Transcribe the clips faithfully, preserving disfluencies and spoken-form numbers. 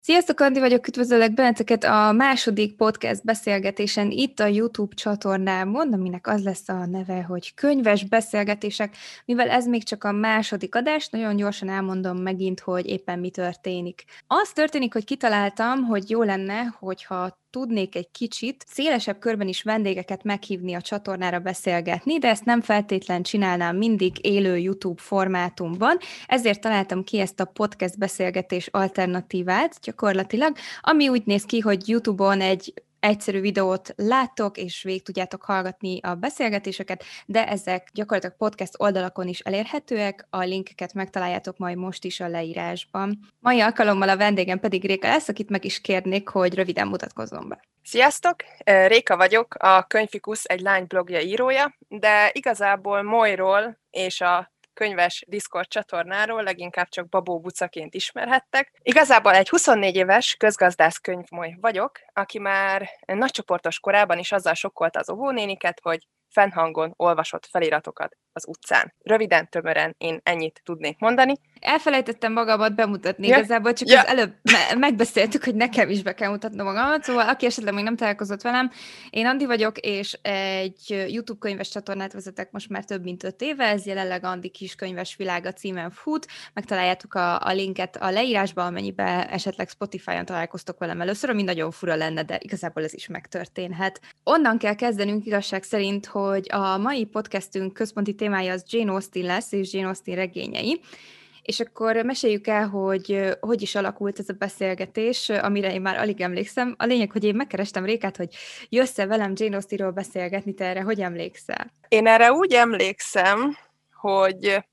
Sziasztok, Andi vagyok, üdvözöllek benneteket a második podcast beszélgetésen itt a YouTube csatornámon, aminek az lesz a neve, hogy könyves beszélgetések. Mivel ez még csak a második adás, nagyon gyorsan elmondom megint, hogy éppen mi történik. Az történik, hogy kitaláltam, hogy jó lenne, hogyha tudnék egy kicsit szélesebb körben is vendégeket meghívni a csatornára beszélgetni, de ezt nem feltétlen csinálnám mindig élő YouTube formátumban, ezért találtam ki ezt a podcast beszélgetés alternatívát gyakorlatilag, ami úgy néz ki, hogy YouTube-on egy egyszerű videót láttok, és végig tudjátok hallgatni a beszélgetéseket, de ezek gyakorlatilag podcast oldalakon is elérhetőek, a linkeket megtaláljátok majd most is a leírásban. Mai alkalommal a vendégem pedig Réka lesz, akit meg is kérnék, hogy röviden mutatkozzon be. Sziasztok! Réka vagyok, a Könyvfikusz egy lány blogja írója, de igazából Molyról és a könyves Discord csatornáról leginkább csak Babó Bucaként ismerhettek. Igazából egy huszonnégy éves közgazdász könyvmoly vagyok, aki már nagycsoportos korában is azzal sokkolta az óvónéniket, hogy fennhangon olvasott feliratokat az utcán. Röviden, tömören én ennyit tudnék mondani. Elfelejtettem magamat bemutatni, ja. igazából csak ja. az előbb me- megbeszéltük, hogy nekem is be kell mutatnom magamat, szóval aki esetleg még nem találkozott velem, én Andi vagyok, és egy YouTube könyves csatornát vezetek most már több mint öt éve, ez jelenleg Andi Kiskönyves Világa címen fut, megtaláljátok a, a linket a leírásban, amennyiben esetleg Spotify-on találkoztok velem először, ami nagyon fura lenne, de igazából ez is megtörténhet. Onnan kell kezdenünk igazság szerint, hogy a mai podcastünk központi témája az Jane Austen lesz, és Jane Austen regényei. És akkor meséljük el, hogy hogy is alakult ez a beszélgetés, amire én már alig emlékszem. A lényeg, hogy én megkerestem Rékát, hogy jössz-e velem Jane Austenről beszélgetni, te erre hogy emlékszel? Én erre úgy emlékszem, hogy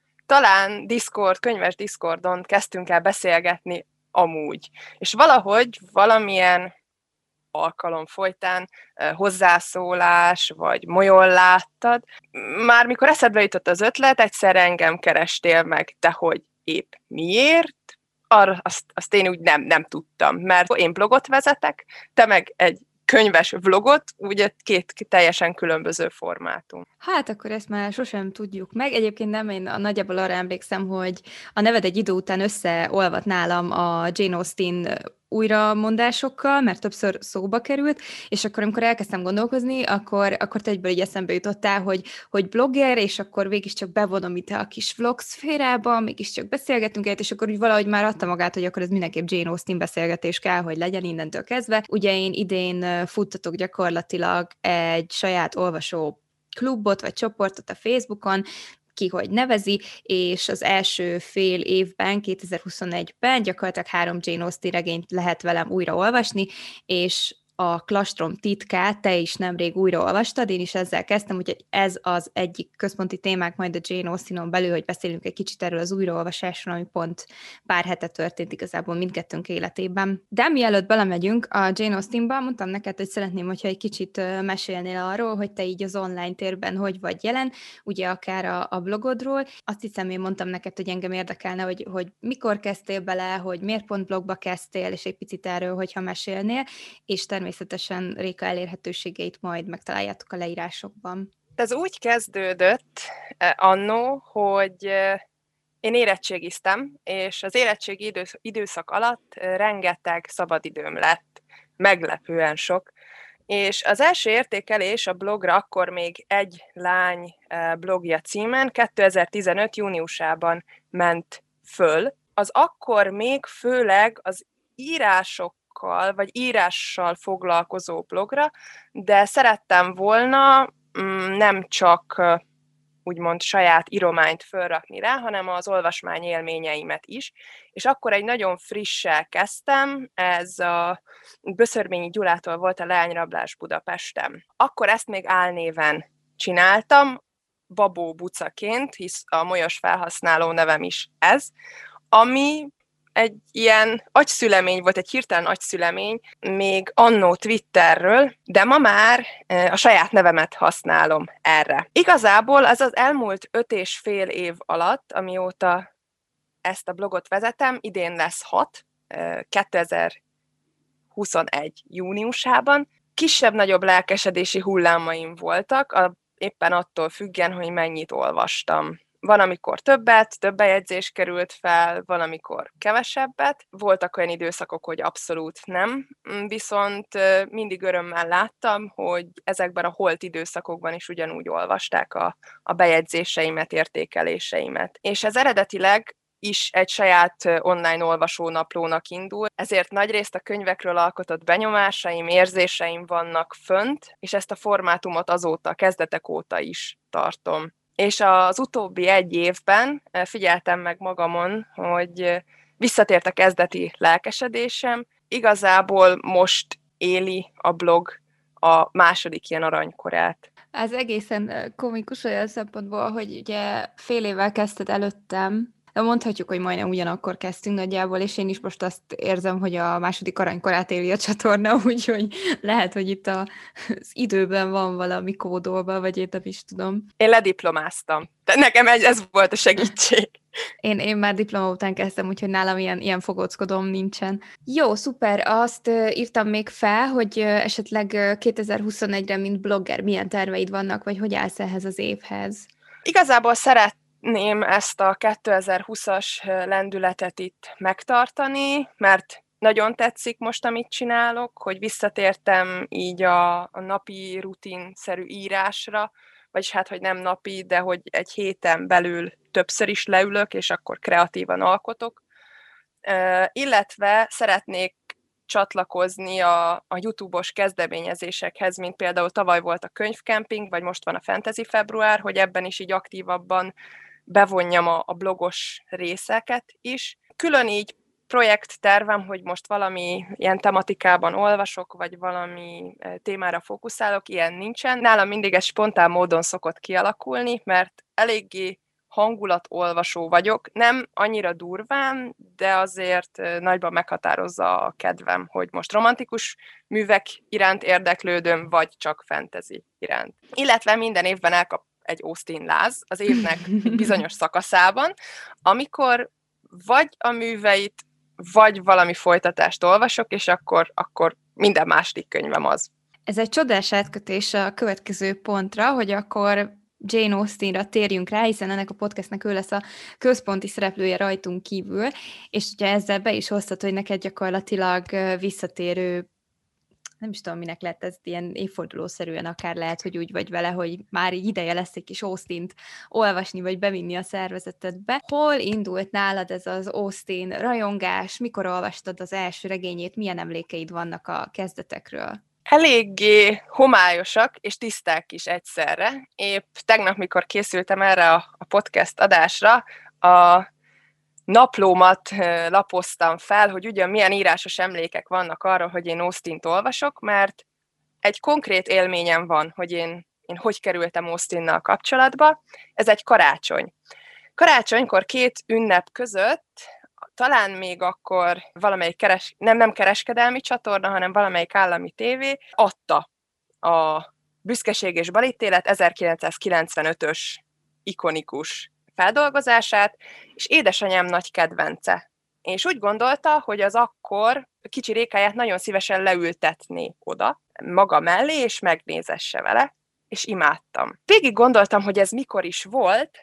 talán Discord, könyves Discordon kezdtünk el beszélgetni amúgy. És valahogy valamilyen alkalom folytán hozzászólás, vagy molyon láttad. Már mikor eszedbe jutott az ötlet, egyszer engem kerestél meg, de hogy épp miért? Arra azt, azt én úgy nem, nem tudtam, mert én blogot vezetek, te meg egy könyves vlogot, ugye két teljesen különböző formátum. Hát akkor ezt már sosem tudjuk meg. Egyébként nem, én nagyjából arra emlékszem, hogy a neved egy idő után összeolvadt nálam a Jane Austen újramondásokkal, mert többször szóba került, és akkor, amikor elkezdtem gondolkozni, akkor, akkor te egyből így eszembe jutottál, hogy, hogy blogger, és akkor mégiscsak bevonom itt a kis vlog szférába, mégiscsak beszélgetünk egyet, és akkor úgy valahogy már adta magát, hogy akkor ez mindenképp Jane Austen beszélgetés kell, hogy legyen innentől kezdve. Ugye én idén futtatok gyakorlatilag egy saját olvasó klubot vagy csoportot a Facebookon, ki hogy nevezi, és az első fél évben, kétezer-huszonegyben gyakorlatilag három Jane Austen regényt lehet velem újra olvasni, és a Klastrom titkát te is nemrég újra olvastad, én is ezzel kezdtem, úgyhogy ez az egyik központi témák majd a Jane Austenon belül, hogy beszélünk egy kicsit erről az újraolvasásról, ami pont pár hete történt igazából mindkettőnk életében. De mielőtt belemegyünk a Jane Austenba, mondtam neked, hogy szeretném, hogyha egy kicsit mesélnél arról, hogy te így az online térben hogy vagy jelen, ugye akár a, a blogodról. Azt hiszem, én mondtam neked, hogy engem érdekelne, hogy, hogy mikor kezdtél bele, hogy miért pont blogba kezdtél, és egy picit erről, hogyha mesélnél, és természetesen Réka elérhetőségeit majd megtaláljátok a leírásokban. Ez úgy kezdődött annó, hogy én érettségiztem, és az érettségi időszak alatt rengeteg szabadidőm lett, meglepően sok, és az első értékelés a blogra akkor még Egy lány blogja címen kétezer-tizenöt júniusában ment föl. Az akkor még főleg az írások vagy írással foglalkozó blogra, de szerettem volna nem csak úgymond saját írományt fölrakni rá, hanem az olvasmány élményeimet is. És akkor egy nagyon frissel kezdtem, ez a Böszörményi Gyulától volt a Leányrablás Budapesten. Akkor ezt még álnéven csináltam, Babó Bucaként, hisz a molyos felhasználó nevem is ez, ami egy ilyen agyszülemény volt, egy hirtelen agyszülemény, még annó Twitterről, de ma már a saját nevemet használom erre. Igazából az az elmúlt öt és fél év alatt, amióta ezt a blogot vezetem, idén lesz hat, kétezer-huszonegy júniusában, kisebb-nagyobb lelkesedési hullámaim voltak, a, éppen attól függen, hogy mennyit olvastam, Van, amikor többet, több bejegyzés került fel, van, amikor kevesebbet. Voltak olyan időszakok, hogy abszolút nem, viszont mindig örömmel láttam, hogy ezekben a holt időszakokban is ugyanúgy olvasták a, a bejegyzéseimet, értékeléseimet. És ez eredetileg is egy saját online olvasónaplónak indul, ezért nagyrészt a könyvekről alkotott benyomásaim, érzéseim vannak fönt, és ezt a formátumot azóta, a kezdetek óta is tartom. És az utóbbi egy évben figyeltem meg magamon, hogy visszatért a kezdeti lelkesedésem, igazából most éli a blog a második ilyen aranykorát. Ez egészen komikus olyan szempontból, hogy ugye fél évvel kezdted előttem, de mondhatjuk, hogy majdnem ugyanakkor kezdtünk nagyjából, és én is most azt érzem, hogy a második aranykorát éli a csatorna, úgyhogy lehet, hogy itt a, az időben van valami kódolva, vagy én nem is tudom. Én lediplomáztam, de nekem ez volt a segítség. Én, én már diploma után kezdtem, úgyhogy nálam ilyen, ilyen fogóckodom nincsen. Jó, szuper. Azt uh, írtam még fel, hogy uh, esetleg uh, kétezer-huszonegyre, mint blogger, milyen terveid vannak, vagy hogy állsz ehhez az évhez? Igazából szeretném ezt a kétezer-húszas lendületet itt megtartani, mert nagyon tetszik most, amit csinálok, hogy visszatértem így a, a napi rutinszerű írásra, vagyis hát, hogy nem napi, de hogy egy héten belül többször is leülök, és akkor kreatívan alkotok. Uh, illetve szeretnék csatlakozni a, a YouTube-os kezdeményezésekhez, mint például tavaly volt a könyvkemping, vagy most van a Fantasy Február, hogy ebben is így aktívabban bevonjam a, a blogos részeket is. Külön így projekttervem, hogy most valami ilyen tematikában olvasok, vagy valami témára fókuszálok, ilyen nincsen. Nálam mindig ez spontán módon szokott kialakulni, mert eléggé hangulatolvasó vagyok, nem annyira durván, de azért nagyban meghatározza a kedvem, hogy most romantikus művek iránt érdeklődöm, vagy csak fantasy iránt. Illetve minden évben elkap egy Austen láz az évnek egy bizonyos szakaszában, amikor vagy a műveit, vagy valami folytatást olvasok, és akkor, akkor minden második könyvem az. Ez egy csodás átkötés a következő pontra, hogy akkor Jane Austenra térjünk rá, hiszen ennek a podcastnek ő lesz a központi szereplője rajtunk kívül, és ugye ezzel be is hoztad, hogy neked gyakorlatilag visszatérő, nem is tudom, minek lett ez, ilyen évfordulószerűen akár lehet, hogy úgy vagy vele, hogy már így ideje lesz egy kis Austent olvasni, vagy bevinni a szervezetedbe. Hol indult nálad ez az Austen rajongás, mikor olvastad az első regényét, milyen emlékeid vannak a kezdetekről? Eléggé homályosak és tiszták is egyszerre. Épp tegnap, mikor készültem erre a podcast adásra, a naplómat lapoztam fel, hogy ugyan milyen írásos emlékek vannak arra, hogy én Austent olvasok, mert egy konkrét élményem van, hogy én, én hogy kerültem Austennal kapcsolatba. Ez egy karácsony. Karácsonykor két ünnep között talán még akkor valamelyik keres, nem, nem kereskedelmi csatorna, hanem valamelyik állami tévé adta a Büszkeség és balítélet ezerkilencszázkilencvenötös ikonikus feldolgozását, és édesanyám nagy kedvence. És úgy gondolta, hogy az akkor kicsi Rékáját nagyon szívesen leültetné oda, maga mellé, és megnézesse vele, és imádtam. Végig gondoltam, hogy ez mikor is volt,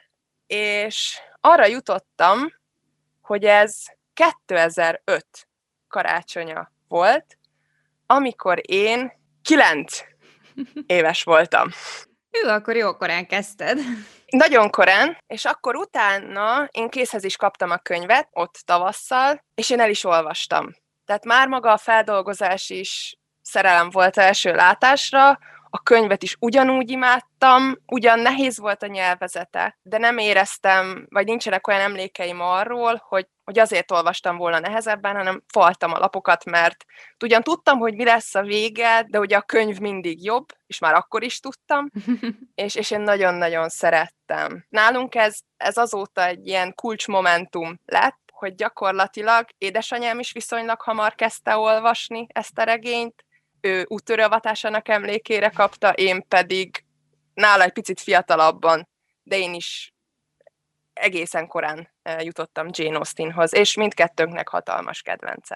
és arra jutottam, hogy ez kétezer-öt karácsonya volt, amikor én kilenc éves voltam. Ő, akkor jó korán kezdted. Nagyon korán, és akkor utána én készhez is kaptam a könyvet, ott tavasszal, és én el is olvastam. Tehát már maga a feldolgozás is szerelem volt első látásra, a könyvet is ugyanúgy imádtam, ugyan nehéz volt a nyelvezete, de nem éreztem, vagy nincsenek olyan emlékeim arról, hogy, hogy azért olvastam volna nehezebben, hanem faltam a lapokat, mert ugyan tudtam, hogy mi lesz a vége, de ugye a könyv mindig jobb, és már akkor is tudtam, és, és én nagyon-nagyon szerettem. Nálunk ez, ez azóta egy ilyen kulcsmomentum lett, hogy gyakorlatilag édesanyám is viszonylag hamar kezdte olvasni ezt a regényt, ő úttörőavatásának emlékére kapta, én pedig nála egy picit fiatalabban, de én is egészen korán jutottam Jane Austenhoz, és mindkettőnknek hatalmas kedvence.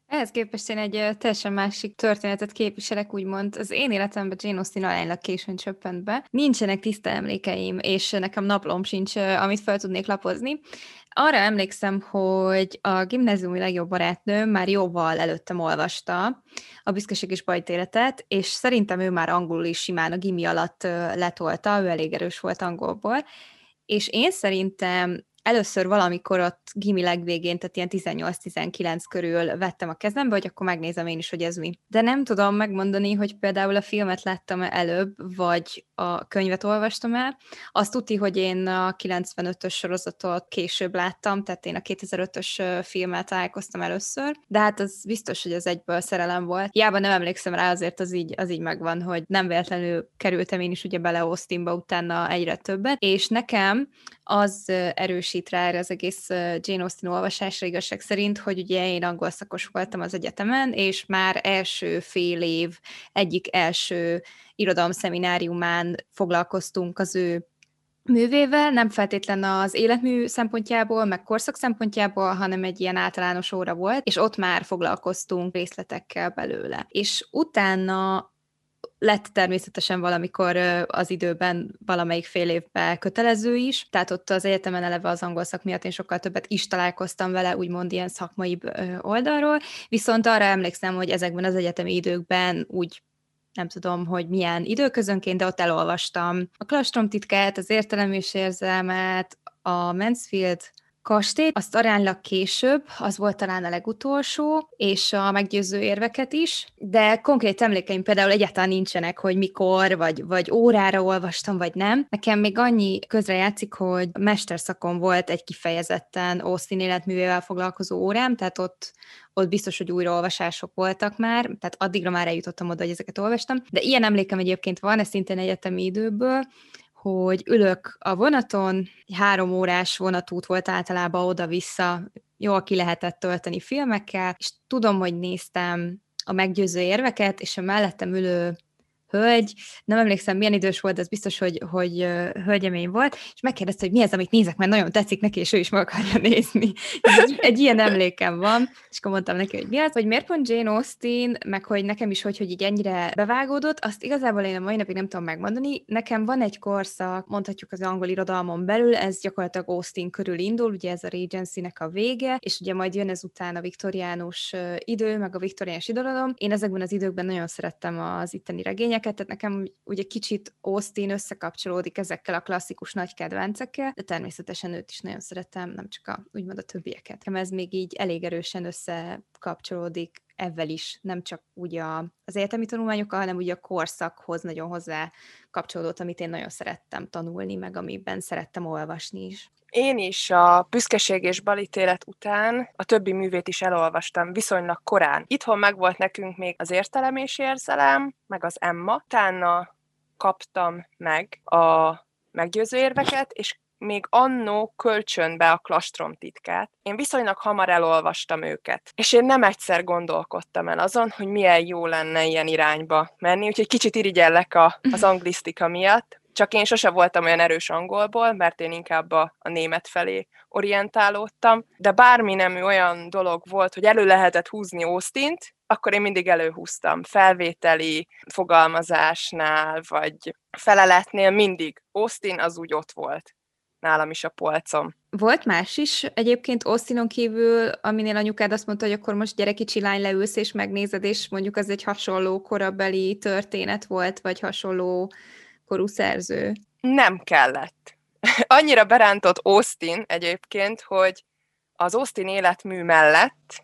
Ehhez képest én egy ö, teljesen másik történetet képviselek, úgymond. Az én életemben Jane Austen aránylag későn csöppent be. Nincsenek tiszta emlékeim, és nekem naplóm sincs, ö, amit fel tudnék lapozni. Arra emlékszem, hogy a gimnáziumi legjobb barátnőm már jóval előttem olvasta a Büszkeség és Bajtéletet, és szerintem ő már angolul is simán a gimi alatt ö, letolta, ő elég erős volt angolból, és én szerintem először valamikor ott gimi legvégén, tehát ilyen tizennyolc-tizenkilenc körül vettem a kezembe, hogy akkor megnézem én is, hogy ez mi. De nem tudom megmondani, hogy például a filmet láttam előbb, vagy a könyvet olvastam el. Azt tudti, hogy én a kilencvenötös sorozatot később láttam, tehát én a kétezer-ötös filmmel találkoztam először, de hát az biztos, hogy az egyből szerelem volt. Hiába nem emlékszem rá, azért az így, az így megvan, hogy nem véletlenül kerültem én is ugye bele Austenba utána egyre többet, és nekem az erősít rá erre az egész Jane Austen olvasásra igazság szerint, hogy ugye én angol szakos voltam az egyetemen, és már első fél év egyik első irodalomszemináriumán foglalkoztunk az ő művével, nem feltétlen az életmű szempontjából, meg korszak szempontjából, hanem egy ilyen általános óra volt, és ott már foglalkoztunk részletekkel belőle. És utána lett természetesen valamikor az időben valamelyik fél évben kötelező is, tehát ott az egyetemen eleve az angol szak miatt én sokkal többet is találkoztam vele, úgymond ilyen szakmai oldalról, viszont arra emlékszem, hogy ezekben az egyetemi időkben úgy nem tudom, hogy milyen időközönként, de ott elolvastam a Klastrom titkát, az Értelem és érzelmet, a Mansfield kastélyt, azt aránylag később, az volt talán a legutolsó, és a meggyőző érveket is, de konkrét emlékeim például egyáltalán nincsenek, hogy mikor, vagy, vagy órára olvastam, vagy nem. Nekem még annyi közrejátszik, hogy mesterszakon volt egy kifejezetten Austen életművével foglalkozó órám, tehát ott ott biztos, hogy újraolvasások voltak már, tehát addigra már eljutottam oda, hogy ezeket olvastam, de ilyen emlékem egyébként van, ez szintén egyetemi időből, hogy ülök a vonaton, három órás vonatút volt általában oda-vissza, jól ki lehetett tölteni filmekkel, és tudom, hogy néztem a meggyőző érveket, és a mellettem ülő hölgy, nem emlékszem, milyen idős volt, de ez biztos, hogy, hogy uh, hölgyemény volt, és megkérdezte, hogy mi ez, amit nézek, mert nagyon tetszik neki, és ő is meg akarja nézni. Egy, egy ilyen emlékem van, és akkor mondtam neki, hogy mi az, hogy miért pont Jane Austen, meg hogy nekem is, hogy, hogy így ennyire bevágódott, azt igazából én a mai napig nem tudom megmondani. Nekem van egy korszak, mondhatjuk az angol irodalmon belül, ez gyakorlatilag Austen körül indul, ugye ez a Regency-nek a vége, és ugye majd jön ezután a viktoriánus idő, meg a viktoriánus irodalom. Én ezekben az időkben nagyon szerettem az itteni regényeket, tehát nekem ugye kicsit Austen összekapcsolódik ezekkel a klasszikus nagy kedvencekkel, de természetesen őt is nagyon szeretem, nem csak a, úgymond a többieket. Ez még így elég erősen összekapcsolódik ezzel is, nem csak ugye az egyetemi tanulmányokkal, hanem ugye a korszakhoz nagyon hozzá kapcsolódott, amit én nagyon szerettem tanulni, meg amiben szerettem olvasni is. Én is a Büszkeség és Balítélet után a többi művét is elolvastam viszonylag korán. Itthon megvolt nekünk még az Értelem és érzelem, meg az Emma. Utána kaptam meg a meggyőző érveket, és még annó kölcsönbe a Klastrom titkát. Én viszonylag hamar elolvastam őket, és én nem egyszer gondolkodtam el azon, hogy milyen jó lenne ilyen irányba menni, úgyhogy kicsit irigyellek a, az anglisztika miatt. Csak én sose voltam olyan erős angolból, mert én inkább a, a német felé orientálódtam, de bármi nemű olyan dolog volt, hogy elő lehetett húzni Austent, akkor én mindig előhúztam. Felvételi fogalmazásnál, vagy feleletnél mindig. Austen az úgy ott volt nálam is a polcom. Volt más is egyébként Austenon kívül, aminél anyukád azt mondta, hogy akkor most gyere kicsi lány, leülsz és megnézed, és mondjuk az egy hasonló korabeli történet volt, vagy hasonló korú szerző? Nem kellett. Annyira berántott Austen egyébként, hogy az Austen életmű mellett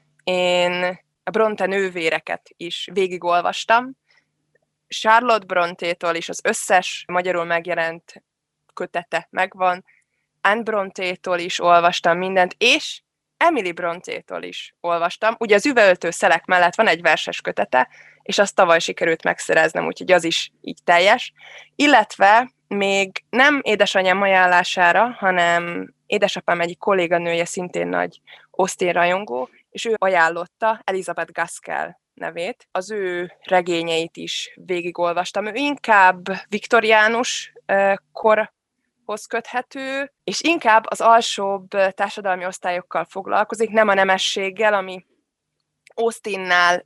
én a Bronte nővéreket is végigolvastam. Charlotte Brontétól is az összes magyarul megjelent kötete megvan, Anne Brontétól is olvastam mindent, és Emily Brontétól is olvastam. Ugye az Üvöltő szelek mellett van egy verses kötete, és azt tavaly sikerült megszereznem, úgyhogy az is így teljes. Illetve még nem édesanyám ajánlására, hanem édesapám egyik kolléganője szintén nagy Austen rajongó, és ő ajánlotta Elizabeth Gaskell nevét. Az ő regényeit is végigolvastam. Ő inkább viktoriánus kor hoz köthető, és inkább az alsóbb társadalmi osztályokkal foglalkozik, nem a nemességgel, ami Austinnál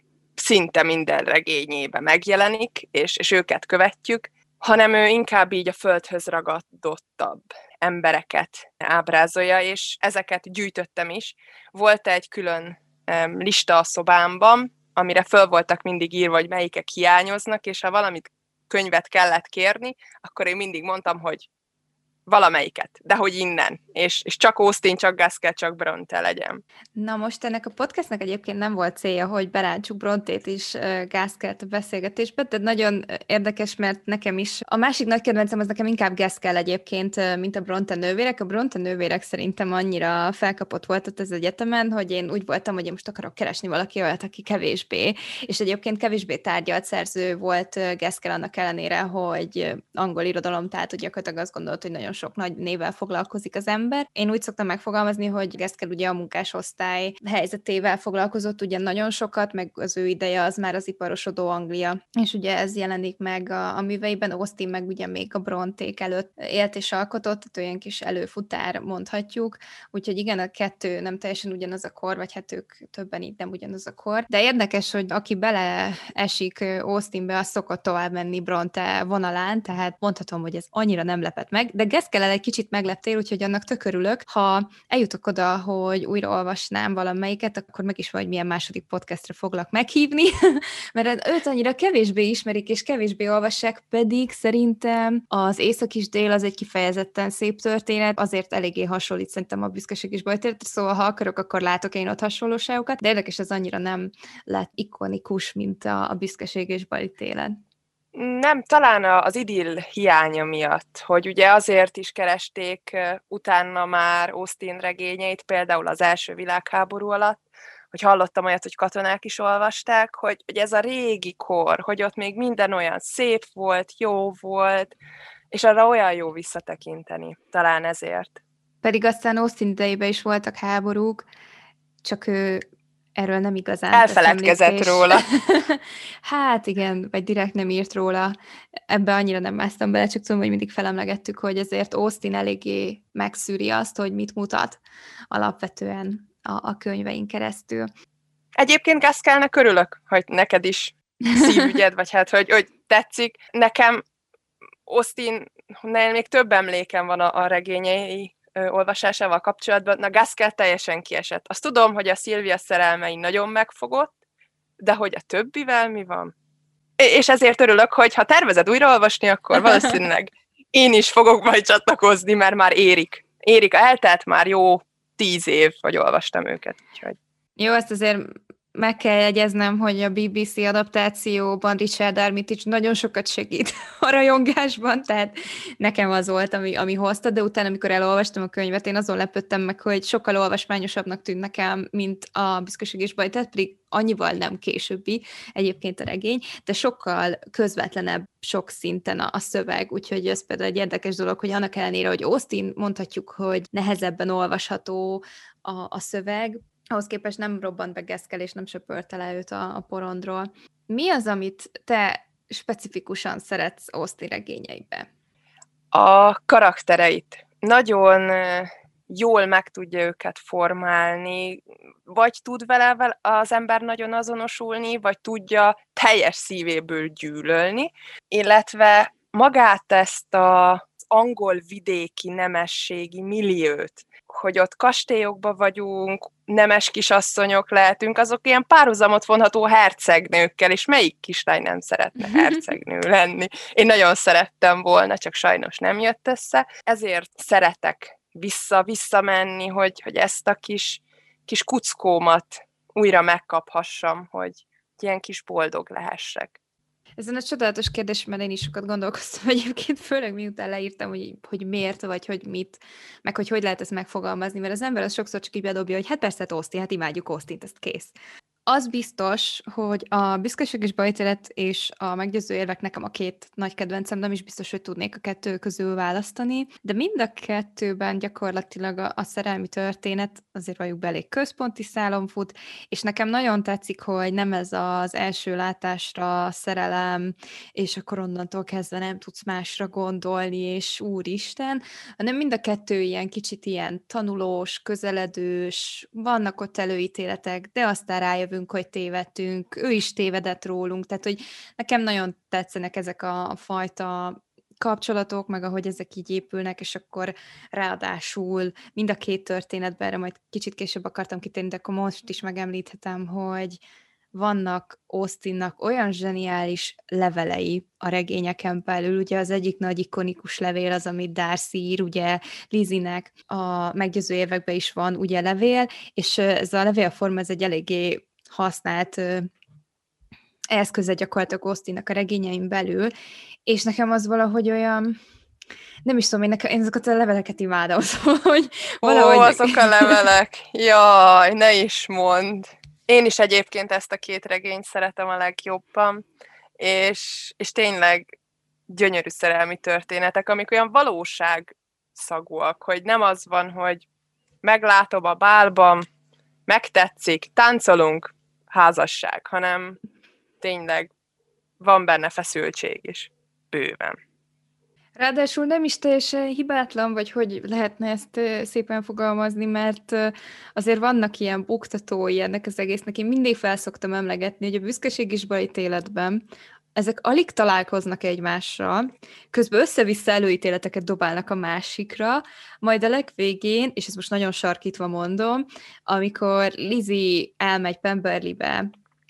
szinte minden regényébe megjelenik, és, és őket követjük, hanem ő inkább így a földhöz ragadottabb embereket ábrázolja, és ezeket gyűjtöttem is. Volt egy külön um, lista a szobámban, amire föl voltak mindig írva, hogy melyikek hiányoznak, és ha valamit könyvet kellett kérni, akkor én mindig mondtam, hogy valamelyiket, de hogy innen. És, és csak Austin, csak Gaskell, csak Bronte legyen. Na most ennek a podcastnek egyébként nem volt célja, hogy berántsuk Brontét is uh, Gaskellt a beszélgetésbe, de nagyon érdekes, mert nekem is a másik nagy kedvencem az nekem inkább Gaskell egyébként, uh, mint a Bronte nővérek. A Bronte nővérek szerintem annyira felkapott volt ott az egyetemen, hogy én úgy voltam, hogy én most akarok keresni valaki olyat, aki kevésbé, és egyébként kevésbé tárgyalt szerző volt uh, Gaskell annak ellenére, hogy uh, angol irodalom, tehát gyakorlatilag azt gondolt, hogy nagyon sok nagy névvel foglalkozik az ember. Én úgy szoktam megfogalmazni, hogy Gaskell ugye a munkásosztály helyzetével foglalkozott ugye nagyon sokat, meg az ő ideje az már az iparosodó Anglia, és ugye ez jelenik meg a, a műveiben. Austin meg ugye még a Bronték előtt élt és alkotott, tehát olyan kis előfutár mondhatjuk, úgyhogy igen, a kettő nem teljesen ugyanaz a kor, vagy hát ők többen itt nem ugyanaz a kor, de érdekes, hogy aki beleesik Austinbe, az szokott tovább menni Bronte vonalán, tehát mondhatom, hogy ez annyira nem lepett meg, de Gaskell egy kicsit megleptél, úgyhogy annak tök örülök. Ha eljutok oda, hogy újra olvasnám valamelyiket, akkor meg is vagy milyen második podcastra foglak meghívni, mert őt annyira kevésbé ismerik, és kevésbé olvassák, pedig szerintem az Észak is dél az egy kifejezetten szép történet, azért eléggé hasonlít szerintem a Büszkeség és Bajtértre, szóval ha akarok, akkor látok én ott hasonlóságokat, de érdekes, ez annyira nem lett ikonikus, mint a, a Büszkeség és Bajtélet. Nem, talán az idill hiánya miatt, hogy ugye azért is keresték utána már Austin regényeit, például az első világháború alatt, hogy hallottam olyat, hogy katonák is olvasták, hogy, hogy ez a régi kor, hogy ott még minden olyan szép volt, jó volt, és arra olyan jó visszatekinteni, talán ezért. Pedig aztán Austin idejében is voltak háborúk, csak ő erről nem igazán elfeledkezett róla. Hát igen, vagy direkt nem írt róla. Ebbe annyira nem másztam bele, csak tudom, hogy mindig felemlegettük, hogy ezért Austin eléggé megszűri azt, hogy mit mutat alapvetően a, a könyvein keresztül. Egyébként Gaskellnek örülök, hogy neked is szívügyed, vagy hát, hogy, hogy tetszik. Nekem Austinnél még több emlékem van a, a regényei olvasásával kapcsolatban, na Gaskell teljesen kiesett. Azt tudom, hogy a Sylvia szerelmei nagyon megfogott, de hogy a többivel mi van? És ezért örülök, hogy ha tervezed újraolvasni, akkor valószínűleg én is fogok majd csatlakozni, mert már érik. Érik, eltelt már jó tíz év, hogy olvastam őket. Úgyhogy. Jó, ezt azért meg kell jegyeznem, hogy a bé bé cé adaptációban Richard Armitage nagyon sokat segít a rajongásban, tehát nekem az volt, ami, ami hozta, de utána, amikor elolvastam a könyvet, én azon lepődtem meg, hogy sokkal olvasmányosabbnak tűnt nekem, mint a Büszkeség és Bajtát, pedig annyival nem későbbi egyébként a regény, de sokkal közvetlenebb sok szinten a, a szöveg, úgyhogy ez például egy érdekes dolog, hogy annak ellenére, hogy Austin mondhatjuk, hogy nehezebben olvasható a, a szöveg, ahhoz képest nem robbant be Gaskell, és nem söpörte le őt a, a porondról. Mi az, amit te specifikusan szeretsz Austin regényeibe? A karaktereit. Nagyon jól meg tudja őket formálni, vagy tud vele az ember nagyon azonosulni, vagy tudja teljes szívéből gyűlölni, illetve magát ezt az angol vidéki nemességi milliót, hogy ott kastélyokban vagyunk, nemes kisasszonyok lehetünk, azok ilyen párhuzamot vonható hercegnőkkel, és melyik kislány nem szeretne hercegnő lenni. Én nagyon szerettem volna, csak sajnos nem jött össze. Ezért szeretek vissza-visszamenni, hogy, hogy ezt a kis, kis kuckómat újra megkaphassam, hogy ilyen kis boldog lehessek. Ezen a csodálatos kérdés, mert én is sokat gondolkoztam egyébként, főleg miután leírtam, hogy, hogy miért, vagy hogy mit, meg hogy hogy lehet ezt megfogalmazni, mert az ember az sokszor csak így bedobja, hogy hát persze Austin, hát imádjuk Austint, ezt kész. Az biztos, hogy a Büszkeség és Bajtélet és a Meggyőző érvek nekem a két nagy kedvencem, nem is biztos, hogy tudnék a kettő közül választani, de mind a kettőben gyakorlatilag a, a szerelmi történet azért valljuk be elég központi szálon fut, és nekem nagyon tetszik, hogy nem ez az első látásra szerelem, és akkor onnantól kezdve nem tudsz másra gondolni, és úristen, hanem mind a kettő ilyen kicsit ilyen tanulós, közeledős, vannak ott előítéletek, de aztán rájövő, rájövünk, hogy tévedtünk, ő is tévedett rólunk, tehát hogy nekem nagyon tetszenek ezek a, a fajta kapcsolatok, meg ahogy ezek így épülnek, és akkor ráadásul mind a két történetben, erre majd kicsit később akartam kitérni, de akkor most is megemlíthetem, hogy vannak Austinnak olyan zseniális levelei a regényeken belül, ugye az egyik nagy ikonikus levél az, amit Darcy ír, ugye Lizzienek a meggyőző években is van ugye levél, és ez a levélforma, ez egy eléggé használt eszköze gyakorlatilag Austinnak a regényeim belül, és nekem az valahogy olyan, nem is tudom, én, nekem, én ezeket a leveleket imádom, szóval, hogy valahogy... Ó, azok a levelek! Jaj, ne is mondd! Én is egyébként ezt a két regényt szeretem a legjobban, és, és tényleg gyönyörű szerelmi történetek, amik olyan valóságszagúak, hogy nem az van, hogy meglátom a bálban, megtetszik, táncolunk, házasság, hanem tényleg van benne feszültség is, bőven. Ráadásul nem is teljesen hibátlan, vagy hogy lehetne ezt szépen fogalmazni, mert azért vannak ilyen buktatói ennek az egésznek. Én mindig felszoktam emlegetni, hogy a büszkeség és balítéletben ezek alig találkoznak egymással, közben össze-vissza előítéleteket dobálnak a másikra, majd a legvégén, és ezt most nagyon sarkítva mondom, amikor Lizzie elmegy Pemberley-be,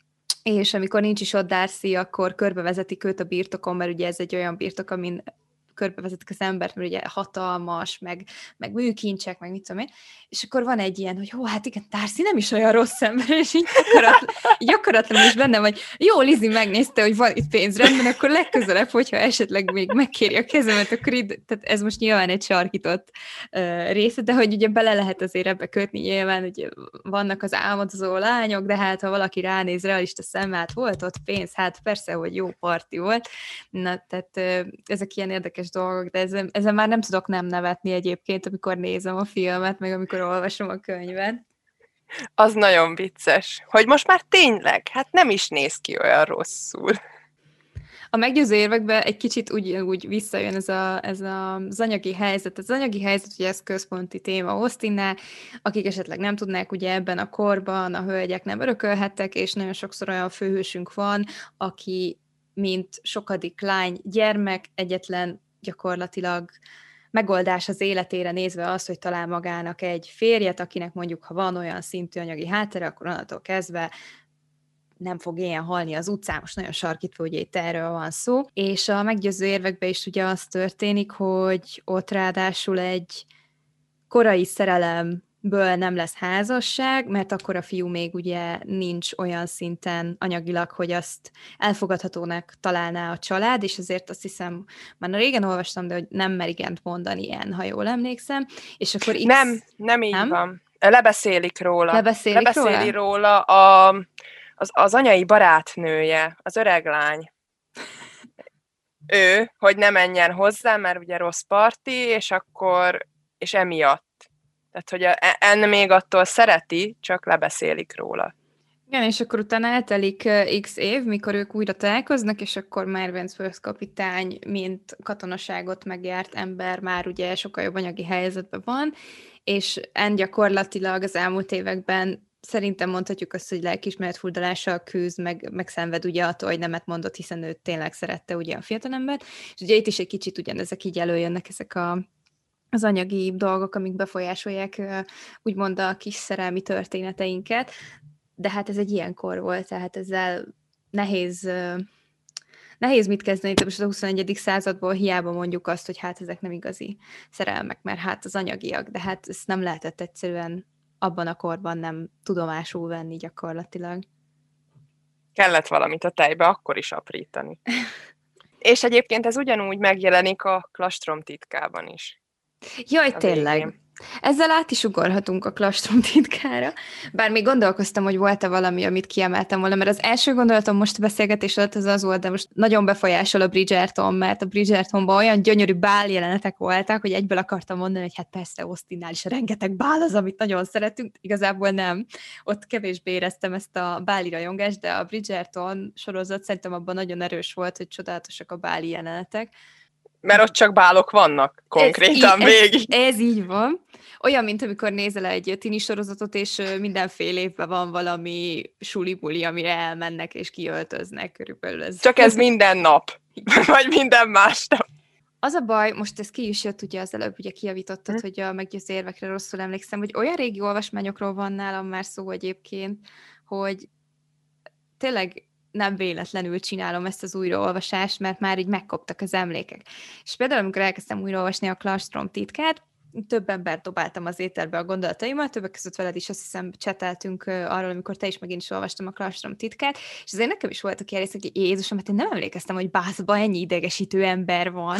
és amikor nincs is ott Darcy, akkor körbevezetik őt a birtokon, mert ugye ez egy olyan birtok, amin körbevezetik az embert, mert ugye hatalmas, meg, meg műkincsek, meg mit tudom én, és akkor van egy ilyen, hogy jó, hát igen, Darcy nem is olyan rossz ember, és így akaratlanul is bennem, hogy jó, Lizzie megnézte, hogy van itt pénz, rendben, akkor legközelebb, hogyha esetleg még megkéri a kezemet, akkor így, tehát ez most nyilván egy sarkított uh, része, de hogy ugye bele lehet azért ebbe kötni, nyilván, hogy vannak az álmodozó lányok, de hát ha valaki ránéz realista szemmel, hát volt ott pénz, hát persze, hogy jó parti volt, na, tehát uh, ezek ilyen érdekes dolgok, de ezen, ezen már nem tudok nem nevetni egyébként, amikor nézem a filmet, meg amikor olvasom a könyvet. Az nagyon vicces, hogy most már tényleg, hát nem is néz ki olyan rosszul. A meggyőző érvekben egy kicsit úgy, úgy visszajön ez, a, ez a, az anyagi helyzet. Az anyagi helyzet, ugye ez központi téma Austinnál, akik esetleg nem tudnák, ugye ebben a korban a hölgyek nem örökölhettek, és nagyon sokszor olyan főhősünk van, aki mint sokadik lány, gyermek, egyetlen gyakorlatilag megoldás az életére nézve az, hogy talál magának egy férjet, akinek mondjuk, ha van olyan szintű anyagi háttere, akkor onnantól kezdve nem fog ilyen halni az utcán, most nagyon sarkítva, ugye itt erről van szó. És a meggyőző érvekben is ugye az történik, hogy ott ráadásul egy korai szerelem ből nem lesz házasság, mert akkor a fiú még ugye nincs olyan szinten anyagilag, hogy azt elfogadhatónak találná a család, és azért azt hiszem, már régen olvastam, de hogy nem mer igent mondani ilyen, ha jól emlékszem, és akkor X... Nem, nem így nem? van. Lebeszélik róla. Lebeszélik Lebeszéli róla? róla a, az, az anyai barátnője, az öreg lány. Ő, hogy ne menjen hozzá, mert ugye rossz parti, és akkor, és emiatt. Tehát, hogy a, ennek még attól szereti, csak lebeszélik róla. Igen, és akkor utána eltelik x év, mikor ők újra találkoznak, és akkor már Wentworth kapitány, mint katonaságot megjárt ember, már ugye sokkal jobb anyagi helyzetben van, és en gyakorlatilag az elmúlt években szerintem mondhatjuk azt, hogy lelkiismeret furdalással küzd, meg, meg szenved ugye attól, hogy nemet mondott, hiszen ő tényleg szerette ugye a fiatalembert, és ugye itt is egy kicsit ugyanezek így előjönnek, ezek a az anyagi dolgok, amik befolyásolják úgymond a kis szerelmi történeteinket, de hát ez egy ilyen kor volt, tehát ezzel nehéz, nehéz mit kezdeni, de most a huszonegyedik századból hiába mondjuk azt, hogy hát ezek nem igazi szerelmek, mert hát az anyagiak, de hát ezt nem lehetett egyszerűen abban a korban nem tudomásul venni gyakorlatilag. Kellett valamit a tejbe akkor is aprítani. És egyébként ez ugyanúgy megjelenik a Klastrom titkában is. Jaj, tényleg. Végén. Ezzel át is ugorhatunk a Klastrom titkára, bár még gondolkoztam, hogy volt-e valami, amit kiemeltem volna, mert az első gondolatom most a beszélgetés alatt az az volt, de most nagyon befolyásol a Bridgerton, mert a Bridgertonban olyan gyönyörű báljelenetek voltak, hogy egyből akartam mondani, hogy hát persze Austinnál is rengeteg bál az, amit nagyon szeretünk, igazából nem. Ott kevésbé éreztem ezt a báli rajongást, de a Bridgerton sorozat szerintem abban nagyon erős volt, hogy csodálatosak a báli jelenetek. Mert ott csak bálok vannak, konkrétan ez, végig. Ez, ez így van. Olyan, mint amikor nézel egy tini sorozatot, és mindenfél évben van valami suli-buli, amire elmennek és kiöltöznek körülbelül. Ez. Csak ez minden nap, vagy minden másnap. Az a baj, most ez ki is jött, ugye az előbb ugye kijavítottad, hm. hogy a meggyőző érvekre rosszul emlékszem, hogy olyan régi olvasmányokról van nálam már szó egyébként, hogy tényleg nem véletlenül csinálom ezt az újraolvasást, mert már így megkoptak az emlékek. És például, amikor elkezdtem újraolvasni a Klastrom titkát, több embert dobáltam az éterbe a gondolataimat, többek között veled is azt hiszem cseteltünk arról, amikor te is megint is olvastam a Klastrom titkát, és azért nekem is voltak ilyen részek, hogy Jézusom, mert én nem emlékeztem, hogy Bászban ennyi idegesítő ember van.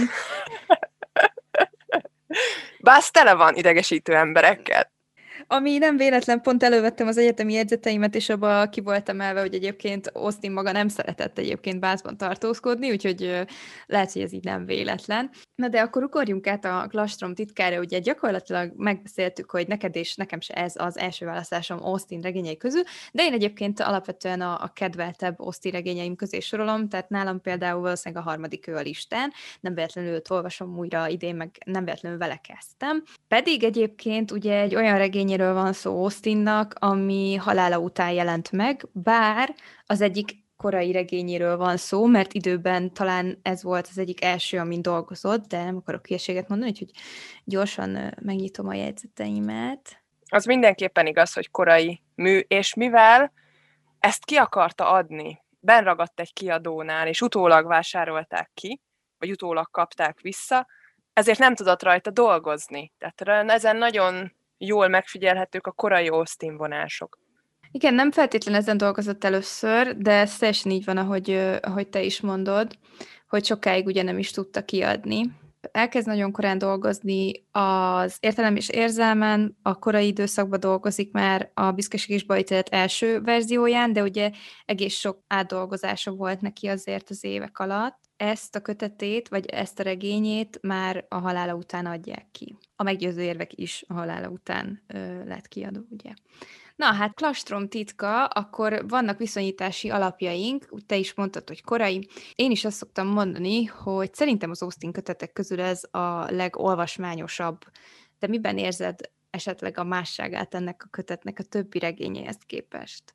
Bász tele van idegesítő emberekkel. Ami nem véletlen, pont elővettem az egyetemi jegyzeteimet, és abba ki voltam elve, hogy egyébként Austin maga nem szeretett egyébként Bászban tartózkodni, úgyhogy lehet, hogy ez így nem véletlen. Na de akkor ugorjunk át a Klastrom titkára, ugye gyakorlatilag megbeszéltük, hogy neked és nekem se ez az első választásom Austin regényei közül, de én egyébként alapvetően a, a kedveltebb Austin regényeim közé sorolom, tehát nálam például valószínűleg a harmadik ő a listán, nem véletlenül őt olvasom újra idén, meg nem véletlenül vele kezdtem. Pedig egyébként ugye egy olyan regényéről van szó Austinnak, ami halála után jelent meg, bár az egyik korai regényéről van szó, mert időben talán ez volt az egyik első, amin dolgozott, de nem akarok hülyeséget mondani, úgyhogy gyorsan megnyitom a jegyzeteimet. Az mindenképpen igaz, hogy korai mű, és mivel ezt ki akarta adni, benragadt egy kiadónál, és utólag vásárolták ki, vagy utólag kapták vissza, ezért nem tudott rajta dolgozni. Tehát ezen nagyon jól megfigyelhetők a korai Austin vonások. Igen, nem feltétlenül ezen dolgozott először, de ez teljesen így van, ahogy, ahogy te is mondod, hogy sokáig ugye nem is tudta kiadni. Elkezd nagyon korán dolgozni az Értelem és érzelmen, a korai időszakban dolgozik már a Büszkeség és Bajtélet első verzióján, de ugye egész sok átdolgozása volt neki azért az évek alatt. Ezt a kötetét, vagy ezt a regényét már a halála után adják ki. A meggyőző érvek is a halála után ö, lett kiadó, ugye. Na, hát Klastrom titka, akkor vannak viszonyítási alapjaink, úgy te is mondtad, hogy korai. Én is azt szoktam mondani, hogy szerintem az Austin kötetek közül ez a legolvasmányosabb. De miben érzed esetleg a másságát ennek a kötetnek a többi regényéhez képest?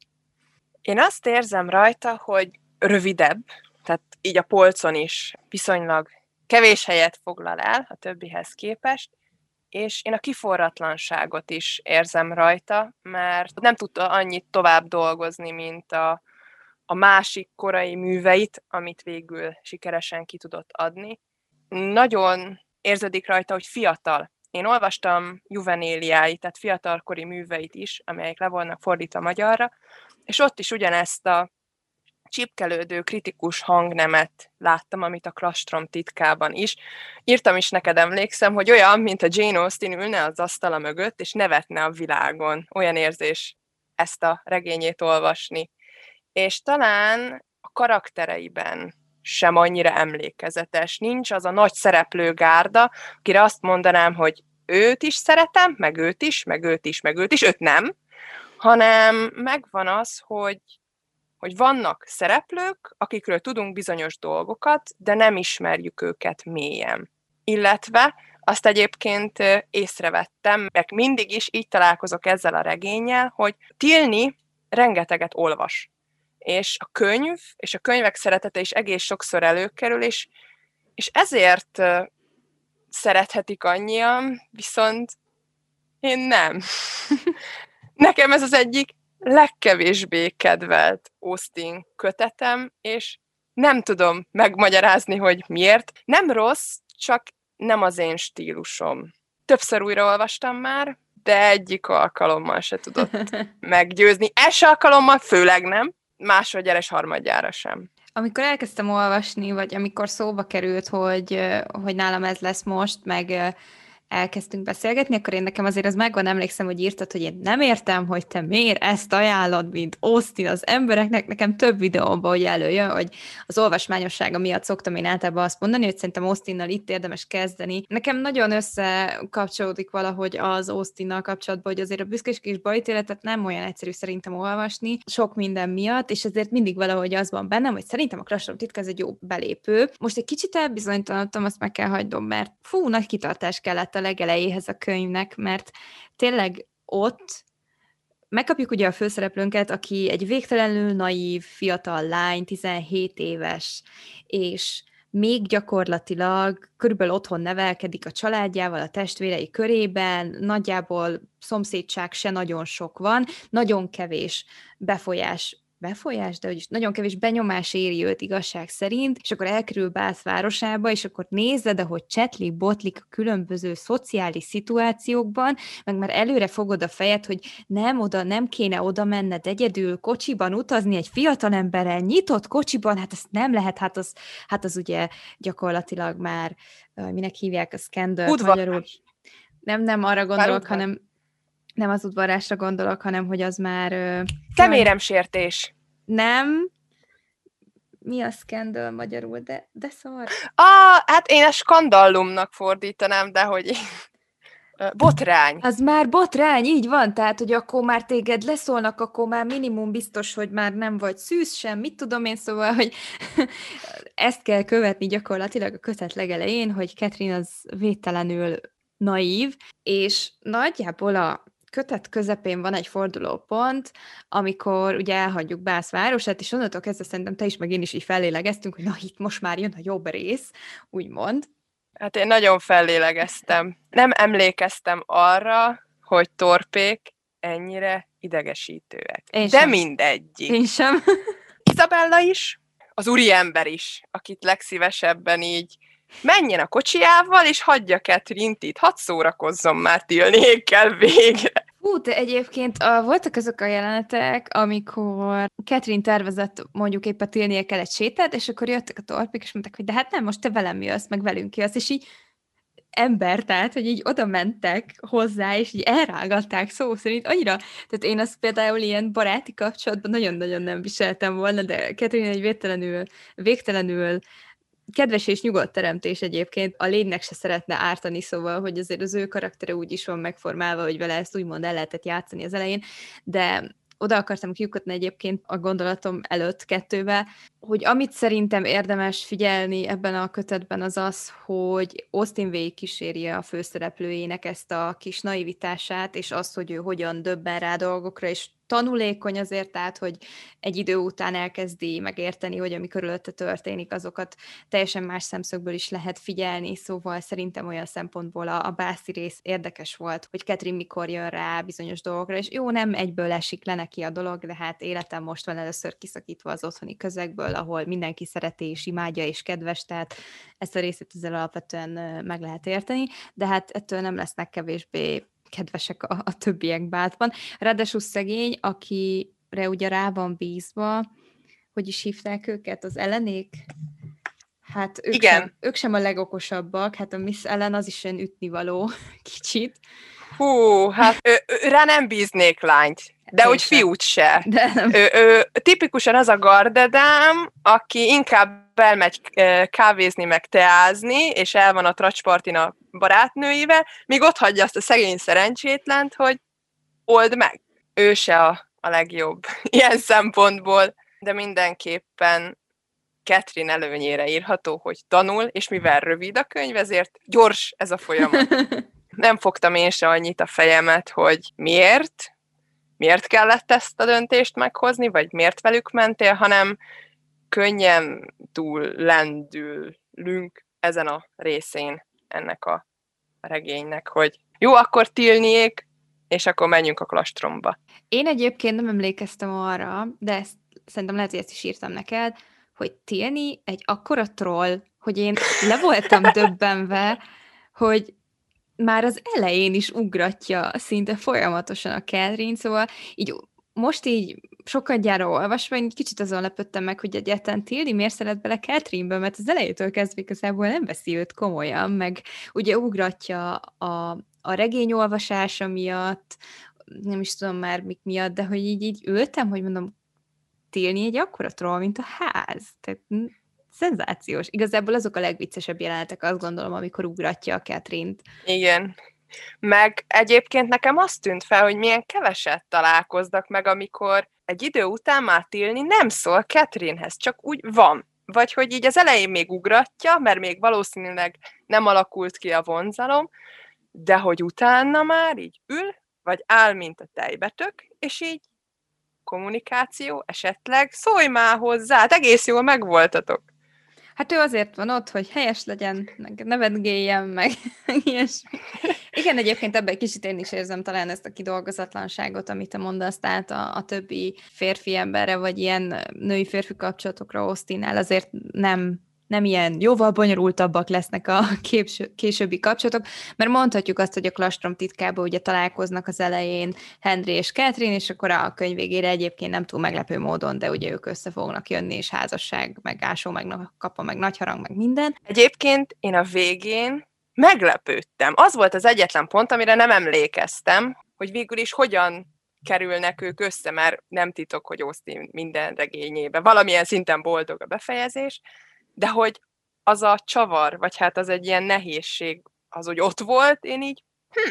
Én azt érzem rajta, hogy rövidebb, tehát így a polcon is viszonylag kevés helyet foglal el a többihez képest, és én a kiforratlanságot is érzem rajta, mert nem tudta annyit tovább dolgozni, mint a, a másik korai műveit, amit végül sikeresen ki tudott adni. Nagyon érződik rajta, hogy fiatal. Én olvastam juvenéliáit, tehát fiatalkori műveit is, amelyek le vannak fordítva magyarra, és ott is ugyanezt a csipkelődő, kritikus hangnemet láttam, amit a Klastrom titkában is. Írtam is neked, emlékszem, hogy olyan, mint a Jane Austen ülne az asztala mögött, és nevetne a világon. Olyan érzés ezt a regényét olvasni. És talán a karaktereiben sem annyira emlékezetes. Nincs az a nagy szereplő gárda, akire azt mondanám, hogy őt is szeretem, meg őt is, meg őt is, meg őt is, őt nem, hanem megvan az, hogy hogy vannak szereplők, akikről tudunk bizonyos dolgokat, de nem ismerjük őket mélyen. Illetve azt egyébként észrevettem, meg mindig is így találkozok ezzel a regénnyel, hogy Tilney rengeteget olvas. És a könyv, és a könyvek szeretete is egész sokszor előkerül, és, és ezért szerethetik annyian, viszont én nem. Nekem ez az egyik legkevésbé kedvelt Austin kötetem, és nem tudom megmagyarázni, hogy miért. Nem rossz, csak nem az én stílusom. Többször újraolvastam már, de egyik alkalommal se tudott meggyőzni. Első alkalommal főleg nem, másodjára és harmadjára sem. Amikor elkezdtem olvasni, vagy amikor szóba került, hogy, hogy nálam ez lesz most, meg elkezdtünk beszélgetni, akkor én nekem azért az megvan, emlékszem, hogy írtad, hogy én nem értem, hogy te miért ezt ajánlod, mint Austin az embereknek. Nekem több videóban, hogy előjön, hogy az olvasmányossága miatt szoktam én általában azt mondani, hogy szerintem Austinnal itt érdemes kezdeni. Nekem nagyon összekapcsolódik valahogy az Austinnal kapcsolatban, hogy azért a Büszkéség és Bajítéletet nem olyan egyszerű szerintem olvasni, sok minden miatt, és ezért mindig valahogy az van bennem, hogy szerintem a Crash titka ez egy jó belépő. Most egy kicsit elbizonytalanodtam, azt meg kell hagynom, mert fú, nagy kitartás kellett a legelejéhez a könyvnek, mert tényleg ott megkapjuk ugye a főszereplőnket, aki egy végtelenül naív, fiatal lány, tizenhét éves, és még gyakorlatilag körülbelül otthon nevelkedik a családjával, a testvérei körében, nagyjából szomszédság se nagyon sok van, nagyon kevés befolyás befolyás, de úgyis nagyon kevés benyomás éri őt igazság szerint, és akkor elkerül Bath városába, és akkor nézed, ahogy csetlik, botlik a különböző szociális szituációkban, meg már előre fogod a fejed, hogy nem oda, nem kéne oda menned egyedül kocsiban utazni egy fiatalemberrel, nyitott kocsiban, hát ezt nem lehet, hát az, hát az ugye gyakorlatilag már, minek hívják a scandal magyarul. Nem, nem arra gondolok, hanem nem az udvarásra gondolok, hanem hogy az már... Szeméremsértés. Nem. Mi a scandal magyarul? De, de szar. Ah, hát én a skandallumnak fordítanám, de hogy... Botrány. Az már botrány, így van, tehát, hogy akkor már téged leszólnak, akkor már minimum biztos, hogy már nem vagy szűz sem, mit tudom én, szóval, hogy ezt kell követni gyakorlatilag a kötet legelején, hogy Catherine az védtelenül naív, és nagyjából a kötet közepén van egy fordulópont, amikor ugye elhagyjuk Bath városát, és onnantól kezdve szerintem te is, meg én is így fellélegeztünk, hogy na itt most már jön a jobb rész, úgymond. Hát én nagyon fellélegeztem. Nem emlékeztem arra, hogy torpék ennyire idegesítőek. Én De sem. mindegyik. Én sem. Izabella is, az úriember is, akit legszívesebben így menjen a kocsijával, és hagyja Catherine-t itt, hadd szórakozzon már Tilnékkel végre. Hú, de egyébként a, voltak azok a jelenetek, amikor Catherine tervezett mondjuk éppen Tilnékkel egy sétát, és akkor jöttek a torpik, és mondták, hogy de hát nem, most te velem jössz, meg velünk jössz, és így ember, tehát, hogy így oda mentek hozzá, és így elrágatták szó szerint, annyira, tehát én azt például ilyen baráti kapcsolatban nagyon-nagyon nem viseltem volna, de Catherine egy végtelenül, végtelenül kedves és nyugodt teremtés egyébként, a lénynek se szeretne ártani, szóval, hogy azért az ő karaktere úgy is van megformálva, hogy vele ezt úgymond el lehetett játszani az elején, de oda akartam kiukatni egyébként a gondolatom előtt kettőbe, hogy amit szerintem érdemes figyelni ebben a kötetben az az, hogy Austin végig kíséri a főszereplőjének ezt a kis naivitását, és azt, hogy ő hogyan döbben rá dolgokra, és tanulékony azért, tehát, hogy egy idő után elkezdi megérteni, hogy ami körülötte történik, azokat teljesen más szemszögből is lehet figyelni, szóval szerintem olyan szempontból a, a Bászi rész érdekes volt, hogy Catherine mikor jön rá bizonyos dolgokra, és jó, nem egyből esik le neki a dolog, de hát életem most van először kiszakítva az otthoni közegből, ahol mindenki szereti és imádja és kedves, tehát ezt a részét ezzel alapvetően meg lehet érteni, de hát ettől nem lesznek kevésbé kedvesek a, a többiek Bathban. Ráadásul szegény, akire ugye rá van bízva, hogy is hívták őket, az ellenék? Hát ők, Igen. Sem, ők sem a legokosabbak, hát a Miss Ellen az is olyan ütnivaló kicsit. Hú, hát ő, ő, rá nem bíznék lányt, de Én úgy sem. fiút se. De nem. Ő, ő, tipikusan az a gardedám, aki inkább elmegy kávézni, meg teázni, és el van a tracspartin a barátnőivel, míg ott hagyja azt a szegény szerencsétlent, hogy old meg. Ő se a, a legjobb ilyen szempontból, de mindenképpen Catherine előnyére írható, hogy tanul, és mivel rövid a könyv, ezért gyors ez a folyamat. Nem fogtam én se annyit a fejemet, hogy miért, miért kellett ezt a döntést meghozni, vagy miért velük mentél, hanem könnyen túl lendülünk ezen a részén ennek a regénynek, hogy jó, akkor Tilniék, és akkor menjünk a klastromba. Én egyébként nem emlékeztem arra, de ezt, szerintem lehet, hogy ezt is írtam neked, hogy Tilni egy akkora troll, hogy én le voltam döbbenve, hogy már az elején is ugratja szinte folyamatosan a Catherine, szóval így most így sokat gyára olvasva, én kicsit azon lepődtem meg, hogy egyáltalán Tilly miért szeret bele Catherine-be, mert az elejétől kezdve igazából nem veszi őt komolyan, meg ugye ugratja a, a regény olvasása miatt, nem is tudom már mik miatt, de hogy így, így ültem, hogy mondom, Tilly egy akkora troll, mint a ház. Tehát szenzációs. Igazából azok a legviccesebb jelenetek, azt gondolom, amikor ugratja a Catherine-t. Igen. Meg egyébként nekem azt tűnt fel, hogy milyen keveset találkoznak meg, amikor egy idő után már Tilly nem szól Catherinehez, csak úgy van. Vagy hogy így az elején még ugratja, mert még valószínűleg nem alakult ki a vonzalom, de hogy utána már így ül, vagy áll, mint a tejbetök, és így kommunikáció, esetleg szólj már hozzá, hát egész jól megvoltatok. Hát ő azért van ott, hogy helyes legyen, meg nevetgéljen, meg ilyesmi. Igen, egyébként ebben egy kicsit én is érzem talán ezt a kidolgozatlanságot, amit te mondasz, tehát a, a többi férfi emberre, vagy ilyen női-férfi kapcsolatokra Austinnál azért nem, nem ilyen jóval bonyolultabbak lesznek a képső, későbbi kapcsolatok, mert mondhatjuk azt, hogy a klastrom titkában ugye találkoznak az elején Henry és Catherine, és akkor a könyv végére egyébként nem túl meglepő módon, de ugye ők össze fognak jönni, és házasság, meg ásó, meg kapa, meg nagy harang, meg minden. Egyébként én a végén meglepődtem. Az volt az egyetlen pont, amire nem emlékeztem, hogy végül is hogyan kerülnek ők össze, mert nem titok, hogy Austen minden regényében valamilyen szinten boldog a befejezés, de hogy az a csavar, vagy hát az egy ilyen nehézség, az, hogy ott volt, én így, hm,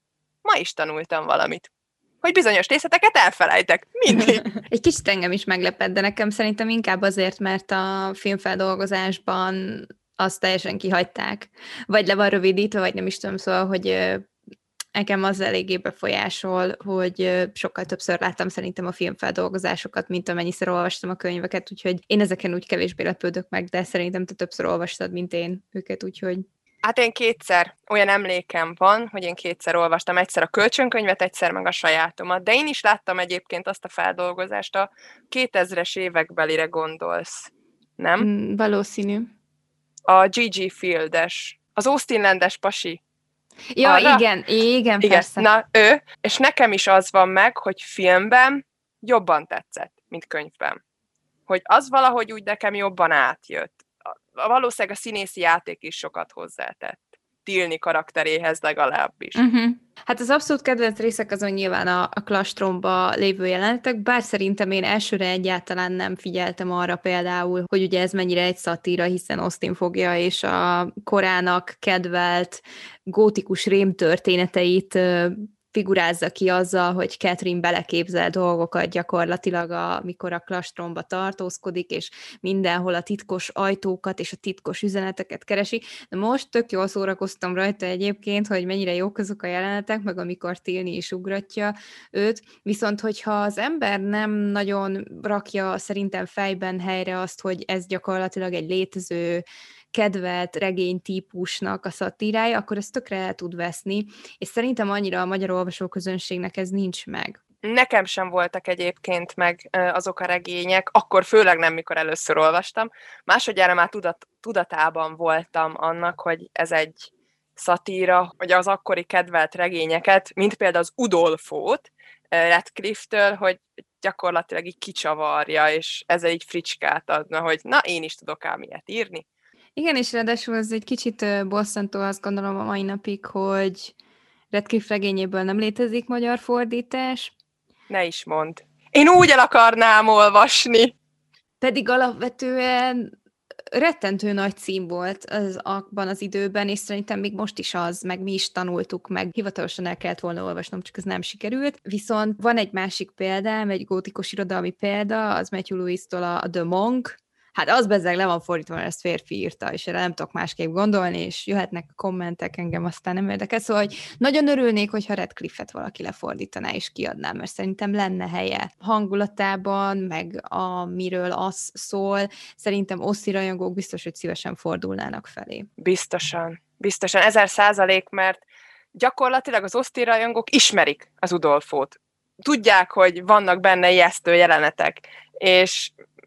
ma is tanultam valamit. Hogy bizonyos részleteket elfelejtek. Mindig. Egy kicsit engem is meglepett, de nekem szerintem inkább azért, mert a filmfeldolgozásban azt teljesen kihagyták. Vagy le van rövidítve, vagy nem is tudom, szóval, hogy nekem az eléggé befolyásol, hogy sokkal többször láttam szerintem a filmfeldolgozásokat, mint amennyiszer olvastam a könyveket, úgyhogy én ezeken úgy kevésbé lepődök meg, de szerintem te többször olvastad, mint én őket, úgyhogy... Hát én kétszer, olyan emlékem van, hogy én kétszer olvastam, egyszer a kölcsönkönyvet, egyszer meg a sajátomat, de én is láttam egyébként azt a feldolgozást, a kétezres évekbelire gondolsz, nem? Mm, valószínű. A gé gé Fieldes, az Austenlandes pasi. Ja, arra? igen, igen, igen, persze. Na, ő, és nekem is az van meg, hogy filmben jobban tetszett, mint könyvben. Hogy az valahogy úgy nekem jobban átjött. Valószínűleg a színészi játék is sokat hozzátett. Tilly karakteréhez legalábbis. Uh-huh. Hát az abszolút kedvenc részek azon nyilván a, a klastromba lévő jelenetek, bár szerintem én elsőre egyáltalán nem figyeltem arra például, hogy ugye ez mennyire egy szatíra, hiszen Austen fogja és a korának kedvelt gótikus rémtörténeteit figurázza ki azzal, hogy Catherine beleképzel dolgokat gyakorlatilag, amikor a klastromba tartózkodik, és mindenhol a titkos ajtókat és a titkos üzeneteket keresi. De most tök jól szórakoztam rajta egyébként, hogy mennyire jók azok a jelenetek, meg amikor Tilly is ugratja őt, viszont hogyha az ember nem nagyon rakja szerintem fejben helyre azt, hogy ez gyakorlatilag egy létező kedvelt regénytípusnak a szatírája, akkor ez tökre el tud veszni, és szerintem annyira a magyar olvasóközönségnek ez nincs meg. Nekem sem voltak egyébként meg azok a regények, akkor főleg nem, mikor először olvastam. Másodjára már tudat, tudatában voltam annak, hogy ez egy szatíra, hogy az akkori kedvelt regényeket, mint például az Udolfót Radcliffe-től, hogy gyakorlatilag így kicsavarja, és ezzel így fricskát adna, hogy na, én is tudok ám ilyet írni. Igen, és ráadásul ez egy kicsit bosszantó, azt gondolom a mai napig, hogy Radcliffe regényéből nem létezik magyar fordítás. Ne is mondd. Én úgy el akarnám olvasni. Pedig alapvetően rettentő nagy cím volt az, abban az időben, és szerintem még most is az, meg mi is tanultuk, meg hivatalosan el kellett volna olvasnom, csak ez nem sikerült. Viszont van egy másik példám, egy gótikus irodalmi példa, az Matthew Lewis-től a The Monk. Hát az bezzeg le van fordítva, mert ezt férfi írta, és erre nem tudok másképp gondolni, és jöhetnek a kommentek, engem aztán nem érdekel. Szóval, hogy nagyon örülnék, hogyha Radcliffe-et valaki lefordítaná és kiadná, mert szerintem lenne helye hangulatában, meg amiről az szól. Szerintem Austen rajongók biztos, hogy szívesen fordulnának felé. Biztosan. Biztosan. Ezer százalék, mert gyakorlatilag az Austen rajongók ismerik az Udolfót. Tudják, hogy vannak benne ijesztő jelenetek, és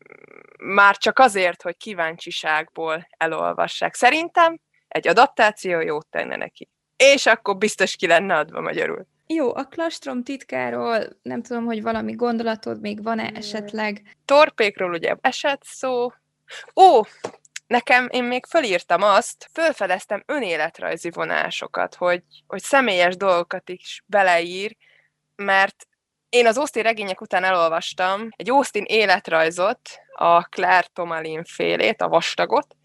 már csak azért, hogy kíváncsiságból elolvassák. Szerintem egy adaptáció jót tenne neki. És akkor biztos ki lenne adva magyarul. Jó, a klastrom titkáról nem tudom, hogy valami gondolatod még van-e esetleg? Torpékról ugye esett szó. Ó, nekem én még fölírtam azt, fölfedeztem önéletrajzi vonásokat, hogy, hogy személyes dolgokat is beleír, mert én az Austen regények után elolvastam egy Austen életrajzot, a Claire Tomalin félét, a Vastagot,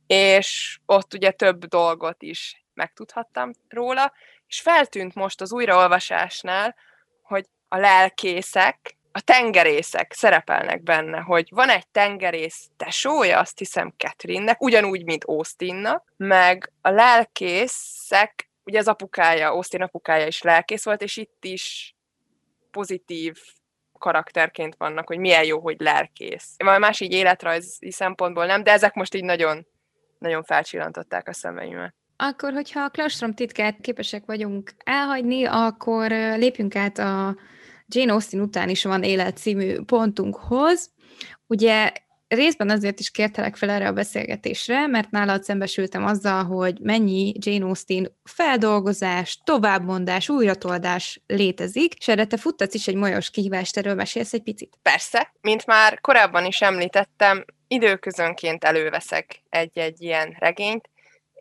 és ott ugye több dolgot is megtudhattam róla, és feltűnt most az újraolvasásnál, hogy a lelkészek, a tengerészek szerepelnek benne, hogy van egy tengerész tesója, azt hiszem Catherine-nek, ugyanúgy, mint Austennak, meg a lelkészek, ugye az apukája, Austen apukája is lelkész volt, és itt is pozitív karakterként vannak, hogy milyen jó, hogy lelkész. Valami más így életrajzi szempontból nem, de ezek most így nagyon, nagyon felcsillantották a szemeimet. Akkor, hogyha a klastrom titkát képesek vagyunk elhagyni, akkor lépjünk át a Jane Austen után is van élet című pontunkhoz. Ugye részben azért is kértelek fel erre a beszélgetésre, mert nálad szembesültem azzal, hogy mennyi Jane Austen feldolgozás, továbbmondás, újratoldás létezik, és erre te futtatsz is egy molyos kihívást, erről mesélsz egy picit? Persze, mint már korábban is említettem, időközönként előveszek egy-egy ilyen regényt,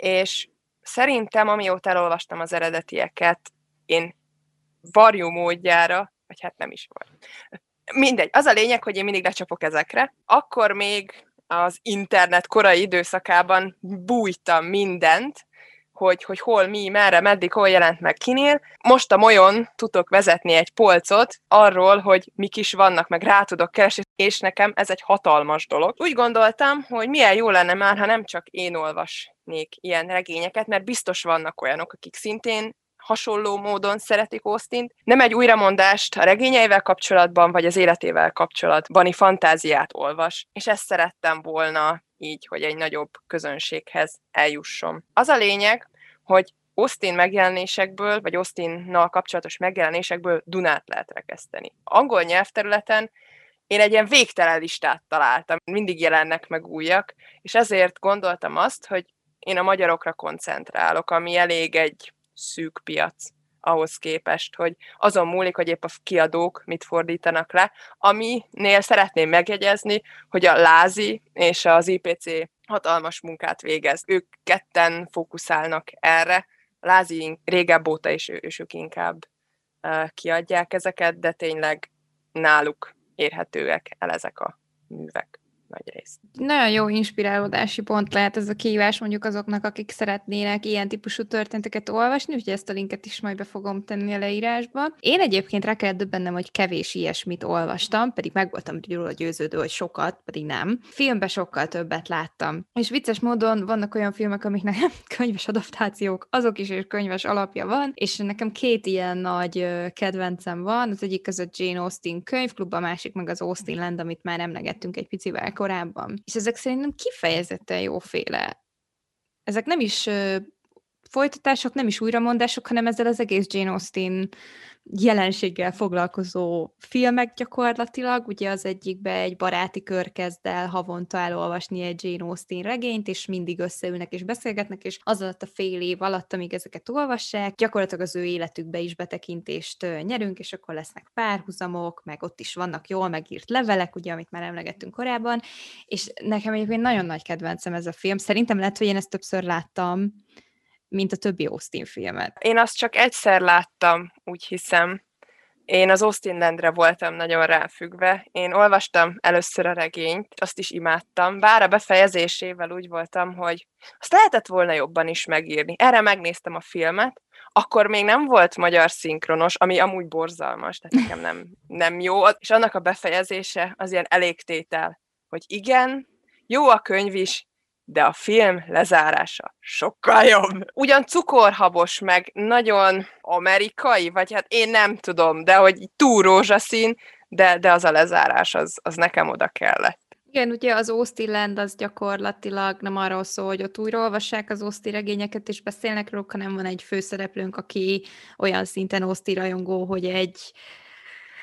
és szerintem, amióta elolvastam az eredetieket, én varjú módjára, vagy hát nem is vagy. Mindegy, az a lényeg, hogy én mindig lecsapok ezekre. Akkor még az internet korai időszakában bújtam mindent, hogy, hogy hol, mi, merre, meddig, hol jelent meg kinél. Most a molyon tudok vezetni egy polcot arról, hogy mik is vannak, meg rá tudok keresni, és nekem ez egy hatalmas dolog. Úgy gondoltam, hogy milyen jó lenne már, ha nem csak én olvasnék ilyen regényeket, mert biztos vannak olyanok, akik szintén hasonló módon szeretik Austint. Nem egy újramondást a regényeivel kapcsolatban, vagy az életével kapcsolatbani fantáziát olvas, és ezt szerettem volna így, hogy egy nagyobb közönséghez eljusson. Az a lényeg, hogy Austen megjelenésekből, vagy Austinnal kapcsolatos megjelenésekből Dunát lehet rekeszteni. Angol nyelvterületen én egy ilyen végtelen listát találtam, mindig jelennek meg újak, és ezért gondoltam azt, hogy én a magyarokra koncentrálok, ami elég egy szűk piac ahhoz képest, hogy azon múlik, hogy épp a kiadók mit fordítanak le, aminél szeretném megjegyezni, hogy a Lázi és az i pé cé hatalmas munkát végez. Ők ketten fókuszálnak erre. A Lázi régebb óta is ő, és ők inkább uh, kiadják ezeket, de tényleg náluk érhetőek el ezek a művek nagy részt. Nagyon jó inspirálódási pont lehet ez a kihívás mondjuk azoknak, akik szeretnének ilyen típusú történeteket olvasni, úgyhogy ezt a linket is majd be fogom tenni a leírásba. Én egyébként rá kell döbbennem, hogy kevés ilyesmit olvastam, pedig meg voltam róla győződő, hogy sokat, pedig nem. Filmben sokkal többet láttam. És vicces módon vannak olyan filmek, amiknek könyves adaptációk, azok is és könyves alapja van, és nekem két ilyen nagy kedvencem van, az egyik az a Jane Austen könyvklub, a másik meg az Austen Land, amit már emlegettünk egy picivel korábban. És ezek szerintem kifejezetten jóféle. Ezek nem is uh, folytatások, nem is újramondások, hanem ezzel az egész Jane Austen jelenséggel foglalkozó filmek gyakorlatilag. Ugye az egyikben egy baráti kör kezd el havonta elolvasni egy Jane Austen regényt, és mindig összeülnek és beszélgetnek, és az alatt a fél év alatt, amíg ezeket olvassák, gyakorlatilag az ő életükbe is betekintést nyerünk, és akkor lesznek párhuzamok, meg ott is vannak jól megírt levelek, ugye, amit már emlegettünk korábban, és nekem egyébként nagyon nagy kedvencem ez a film. Szerintem lehet, hogy én ezt többször láttam, mint a többi Austen filmet. Én azt csak egyszer láttam, úgy hiszem. Én az Austen Landre voltam nagyon ráfüggve. Én olvastam először a regényt, azt is imádtam, bár a befejezésével úgy voltam, hogy azt lehetett volna jobban is megírni. Erre megnéztem a filmet, akkor még nem volt magyar szinkronos, ami amúgy borzalmas, tehát nekem nem, nem jó, és annak a befejezése az ilyen elégtétel, hogy igen, jó a könyv is, de a film lezárása sokkal jobb. Ugyan cukorhabos, meg nagyon amerikai, vagy hát én nem tudom, de hogy túl rózsaszín, de, de az a lezárás, az, az nekem oda kellett. Igen, ugye az Austen Land az gyakorlatilag nem arról szól, hogy ott újraolvassák az Austen regényeket és beszélnek róluk, hanem van egy főszereplőnk, aki olyan szinten Austen rajongó, hogy egy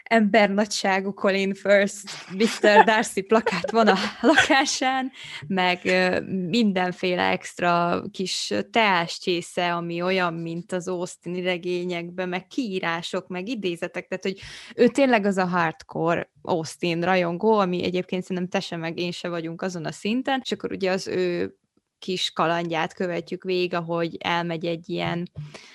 embernagyságú Colin Firth, miszter Darcy plakát van a lakásán, meg mindenféle extra kis teáscsésze, ami olyan, mint az Austen regényekben, meg kiírások, meg idézetek, tehát hogy ő tényleg az a hardcore Austen rajongó, ami egyébként szerintem te se meg én se vagyunk azon a szinten, és akkor ugye az ő kis kalandját követjük végig, ahogy elmegy egy ilyen,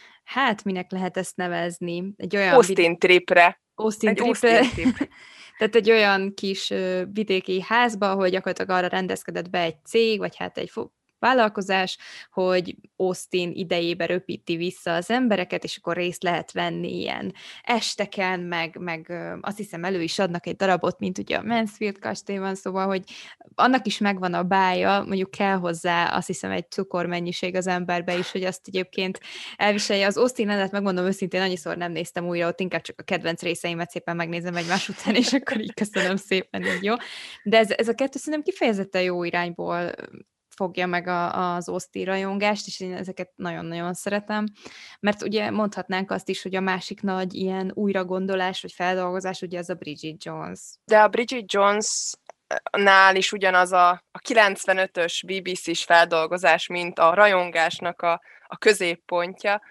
hát minek lehet ezt nevezni? Egy olyan Austen tripre. Austin Egy tripre. Austen trip. Tehát egy olyan kis uh, vidéki házba, hogy gyakorlatilag arra rendezkedett be egy cég, vagy hát egy fo- vállalkozás, hogy Austin idejébe röpíti vissza az embereket, és akkor részt lehet venni ilyen esteken, meg, meg uh, azt hiszem elő is adnak egy darabot, mint ugye a Mansfield kastélyban, szóval, hogy annak is megvan a bája, mondjuk kell hozzá azt hiszem egy cukormennyiség az emberbe is, hogy azt egyébként elviselje. Az Austin rendet, megmondom őszintén, annyiszor nem néztem újra, ott inkább csak a kedvenc részeimet szépen megnézem egymás után, és akkor így köszönöm szépen, így jó. De ez, ez a kettő szerintem kifejezetten jó irányból fogja meg a, az Austen rajongást, és én ezeket nagyon-nagyon szeretem, mert ugye mondhatnánk azt is, hogy a másik nagy ilyen újragondolás, vagy feldolgozás, ugye az a Bridget Jones. De a Bridget Jones nál is ugyanaz a, a kilencvenötös bé bé cés feldolgozás, mint a rajongásnak a, a középpontja,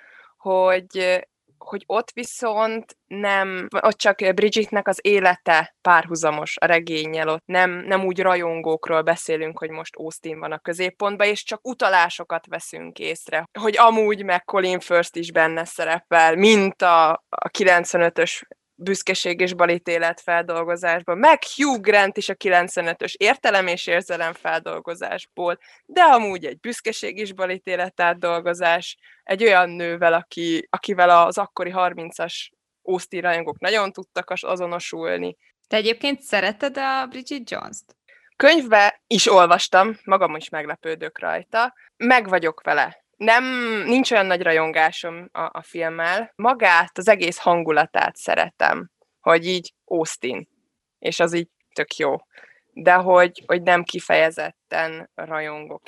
hogy, hogy ott viszont nem, ott csak Bridgetnek az élete párhuzamos a regénnyel, ott nem, nem úgy rajongókról beszélünk, hogy most Austen van a középpontban, és csak utalásokat veszünk észre, hogy amúgy meg Colin Firth is benne szerepel, mint a, a kilencvenötös büszkeség és balítélet feldolgozásban, meg Hugh Grant is a kilencvenötös értelem és érzelem feldolgozásból, de amúgy egy büszkeség és balítélet átdolgozás, egy olyan nővel, aki, akivel az akkori harmincas Austen rajongók nagyon tudtak azonosulni. Te egyébként szereted a Bridget Jones-t? Könyvbe is olvastam, magam is meglepődök rajta, meg vagyok vele. Nem, nincs olyan nagy rajongásom a, a filmmel. Magát, az egész hangulatát szeretem, hogy így Austen, és az így tök jó. De hogy, hogy nem kifejezetten rajongok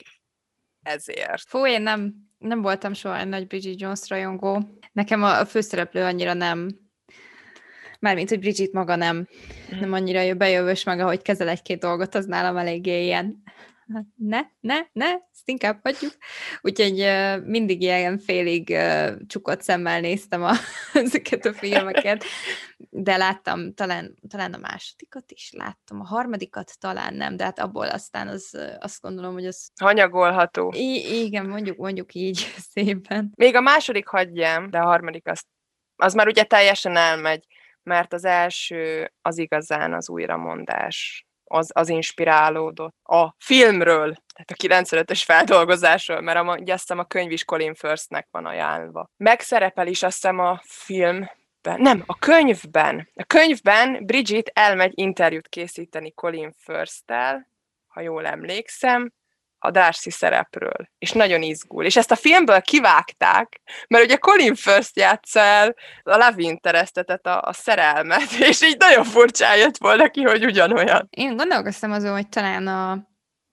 ezért. Fú, én nem, nem voltam soha egy nagy Bridget Jones rajongó. Nekem a, a főszereplő annyira nem, mármint, hogy Bridget maga nem, nem annyira bejövős meg, ahogy kezel egy-két dolgot, az nálam eléggé ilyen ne, ne, ne, ezt inkább hagyjuk. Úgyhogy uh, mindig ilyen félig uh, csukott szemmel néztem a, ezeket a filmeket, de láttam talán, talán a másodikat is láttam, a harmadikat talán nem, de hát abból aztán az, azt gondolom, hogy az... Hanyagolható. I- igen, mondjuk, mondjuk így szépen. Még a második hagyjam, de a harmadik az, az már ugye teljesen elmegy, mert az első az igazán az újramondás. Az, az inspirálódott a filmről, tehát a kilencvenötös feldolgozásról, mert a, ugye azt hiszem a könyv is Colin Firthnek van ajánlva. Megszerepel is azt hiszem a filmben, nem, a könyvben. A könyvben Bridget elmegy interjút készíteni Colin Firth-tel, ha jól emlékszem, a Darcy szerepről, és nagyon izgul. És ezt a filmből kivágták, mert ugye Colin Firth játsza el a love interestetet, a, a szerelmet, és így nagyon furcsán jött volna ki, hogy ugyanolyan. Én gondolkoztam azon, hogy talán a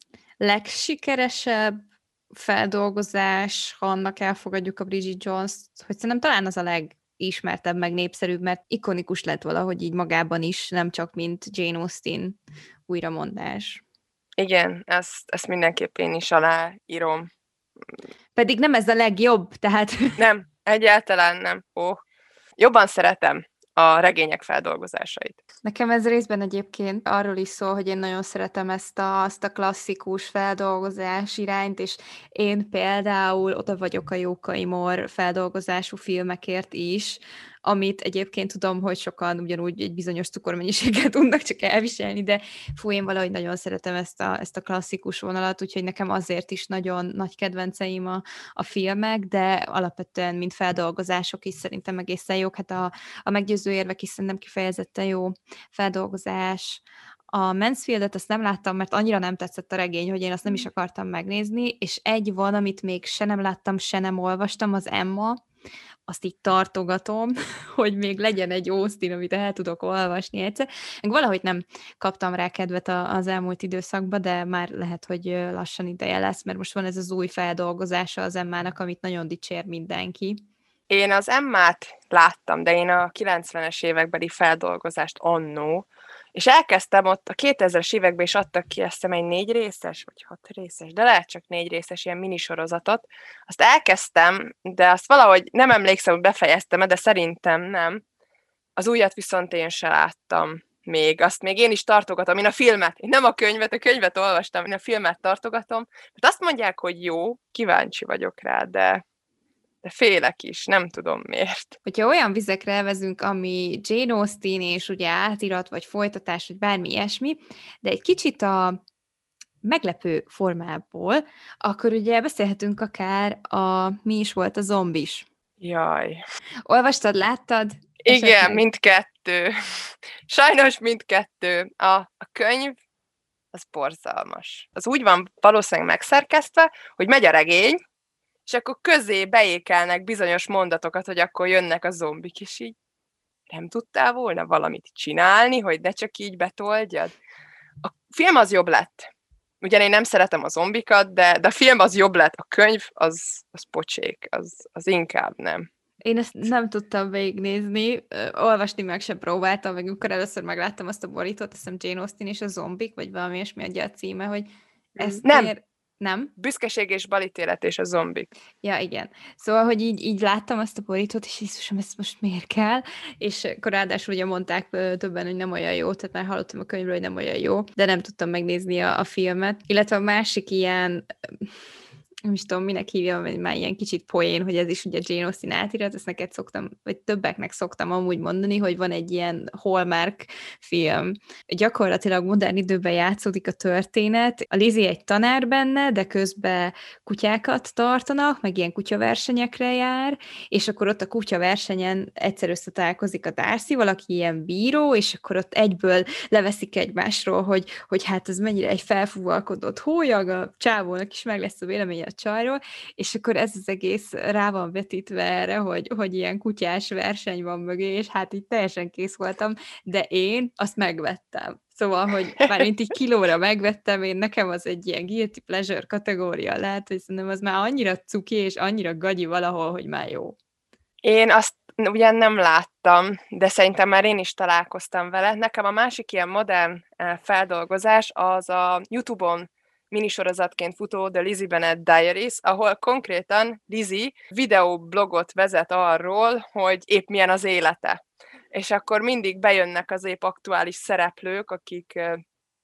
legsikeresebb feldolgozás, ha annak elfogadjuk a Bridget Jones-t, hogy szerintem talán az a legismertebb, meg népszerűbb, mert ikonikus lett valahogy így magában is, nem csak mint Jane Austen újramondás. Igen, ezt, ezt mindenképp én is aláírom. Pedig nem ez a legjobb, tehát... Nem, egyáltalán nem. Ó, jobban szeretem a regények feldolgozásait. Nekem ez részben egyébként arról is szól, hogy én nagyon szeretem ezt a, azt a klasszikus feldolgozás irányt, és én például oda vagyok a Jókai Mór feldolgozású filmekért is, amit egyébként tudom, hogy sokan ugyanúgy egy bizonyos cukormennyiséggel tudnak csak elviselni, de fú, én valahogy nagyon szeretem ezt a, ezt a klasszikus vonalat, úgyhogy nekem azért is nagyon nagy kedvenceim a, a filmek, de alapvetően, mint feldolgozások is szerintem egészen jók. Hát a, a meggyőző érvek is szerintem kifejezetten jó feldolgozás. A Mansfieldet azt nem láttam, mert annyira nem tetszett a regény, hogy én azt nem is akartam megnézni, és egy van, amit még se nem láttam, se nem olvastam, az Emma, azt így tartogatom, hogy még legyen egy Austen, amit el tudok olvasni egyszer. Meg valahogy nem kaptam rá kedvet az elmúlt időszakban, de már lehet, hogy lassan ideje lesz, mert most van ez az új feldolgozása az Emmának, amit nagyon dicsér mindenki. Én az Emmát láttam, de én a kilencvenes évekbeli feldolgozást annó, és elkezdtem ott a kétezres években is adtak ki, azt hiszem egy négy részes, vagy hat részes, de lehet csak négy részes ilyen minisorozatot. Azt elkezdtem, de azt valahogy nem emlékszem, hogy befejeztem, de szerintem nem. Az újat viszont én se láttam még. Azt még én is tartogatom. Én a filmet, én nem a könyvet, a könyvet olvastam, én a filmet tartogatom. Mert azt mondják, hogy jó, kíváncsi vagyok rá, de, de félek is, nem tudom miért. Hogyha olyan vizekre elvezünk, ami Jane Austen, és ugye átirat, vagy folytatás, vagy bármi ilyesmi, de egy kicsit a meglepő formából, akkor ugye beszélhetünk akár a mi is volt a zombis. Jaj. Olvastad, láttad? Igen, Esetleg? mindkettő. Sajnos mindkettő. A, a könyv az borzalmas. Az úgy van valószínűleg megszerkesztve, hogy megy a regény, és akkor közé beékelnek bizonyos mondatokat, hogy akkor jönnek a zombik, és így nem tudtál volna valamit csinálni, hogy ne csak így betoldjad? A film az jobb lett. Ugyan én nem szeretem a zombikat, de, de a film az jobb lett, a könyv az, az pocsék, az, az inkább nem. Én ezt nem tudtam végignézni, olvasni meg sem próbáltam, meg amikor először megláttam azt a borítót, azt hiszem Jane Austen és a zombik, vagy valami ilyesmi adja a címe, hogy ezt nem. Ér... Nem? Büszkeség és balítélet és a zombik. Ja, igen. Szóval, hogy így, így láttam azt a borítót, és Jézusom, ezt most miért kell? És akkor ráadásul ugye mondták többen, hogy nem olyan jó, tehát már hallottam a könyvről, hogy nem olyan jó, de nem tudtam megnézni a, a filmet. Illetve a másik ilyen, nem is tudom, minek hívjam, hogy már ilyen kicsit poén, hogy ez is ugye Jane Austen átirat, ezt neked szoktam, vagy többeknek szoktam amúgy mondani, hogy van egy ilyen Hallmark film. Gyakorlatilag modern időben játszódik a történet. A Lizzie egy tanár benne, de közben kutyákat tartanak, meg ilyen kutyaversenyekre jár, és akkor ott a kutyaversenyen egyszer összetalálkozik a Darcy, valaki ilyen bíró, és akkor ott egyből leveszik egymásról, hogy, hogy hát ez mennyire egy felfúvalkodott hólyag, a csávónak is meg lesz a véleménye a csajról, és akkor ez az egész rá van vetítve erre, hogy, hogy ilyen kutyás verseny van mögé, és hát így teljesen kész voltam, de én azt megvettem. Szóval, hogy már mint így kilóra megvettem, én nekem az egy ilyen guilty pleasure kategória lehet, hogy szerintem az már annyira cuki, és annyira gagyi valahol, hogy már jó. Én azt ugyan nem láttam, de szerintem már én is találkoztam vele. Nekem a másik ilyen modern feldolgozás az a YouTube-on minisorozatként futó The Lizzie Bennet Diaries, ahol konkrétan Lizzie videoblogot vezet arról, hogy épp milyen az élete. És akkor mindig bejönnek az épp aktuális szereplők, akikről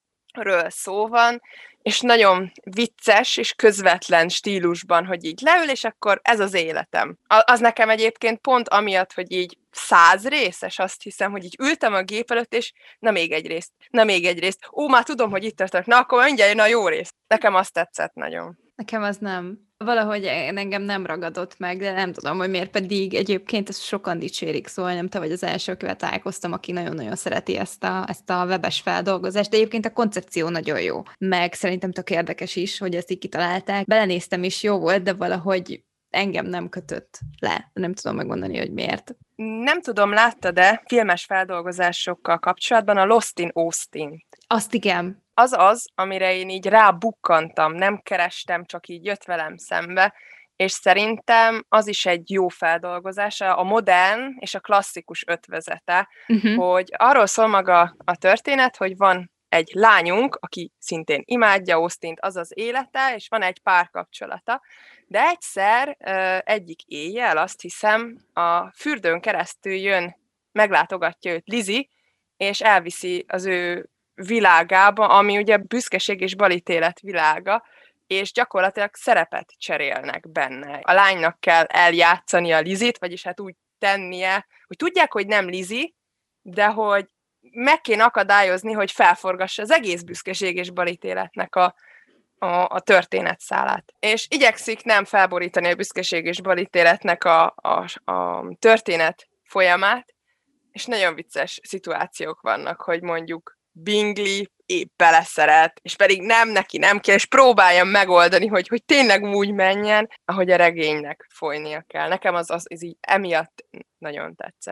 szó van, és nagyon vicces és közvetlen stílusban, hogy így leül, és akkor ez az életem. Az nekem egyébként pont amiatt, hogy így száz részes, azt hiszem, hogy így ültem a gép előtt, és na még egy részt, na még egy részt. Ó, már tudom, hogy itt tartok, na akkor mindjárt jön a jó rész. Nekem azt tetszett nagyon. Nekem az nem. Valahogy engem nem ragadott meg, de nem tudom, hogy miért, pedig egyébként ezt sokan dicsérik, szóval nem te vagy az első, akivel találkoztam, aki nagyon-nagyon szereti ezt a, ezt a webes feldolgozást, de egyébként a koncepció nagyon jó. Meg szerintem tök érdekes is, hogy ezt így kitalálták. Belenéztem is, jó volt, de valahogy engem nem kötött le. Nem tudom megmondani, hogy miért. Nem tudom, láttad-e filmes feldolgozásokkal kapcsolatban a Lost in Austin? Azt igen. Az az, amire én így rábukkantam, nem kerestem, csak így jött velem szembe, és szerintem az is egy jó feldolgozása, a modern és a klasszikus ötvözete, uh-huh. hogy arról szól maga a történet, hogy van egy lányunk, aki szintén imádja Austint, az az élete, és van egy párkapcsolata, de egyszer egyik éjjel, azt hiszem, a fürdőn keresztül jön, meglátogatja őt Lizzie, és elviszi az ő világába, ami ugye büszkeség és balítélet világa, és gyakorlatilag szerepet cserélnek benne. A lánynak kell eljátszani a Lizzie-t, vagyis hát úgy tennie, hogy tudják, hogy nem Lizzie, de hogy meg kéne akadályozni, hogy felforgassa az egész büszkeség és balítéletnek a, a, a történetszálát. És igyekszik nem felborítani a büszkeség és balítéletnek a, a, a történet folyamát, és nagyon vicces szituációk vannak, hogy mondjuk Bingley épp beleszeret, és pedig nem, neki nem kell, és próbáljam megoldani, hogy, hogy tényleg úgy menjen, ahogy a regénynek folynia kell. Nekem az, az, az így emiatt nagyon tetszett.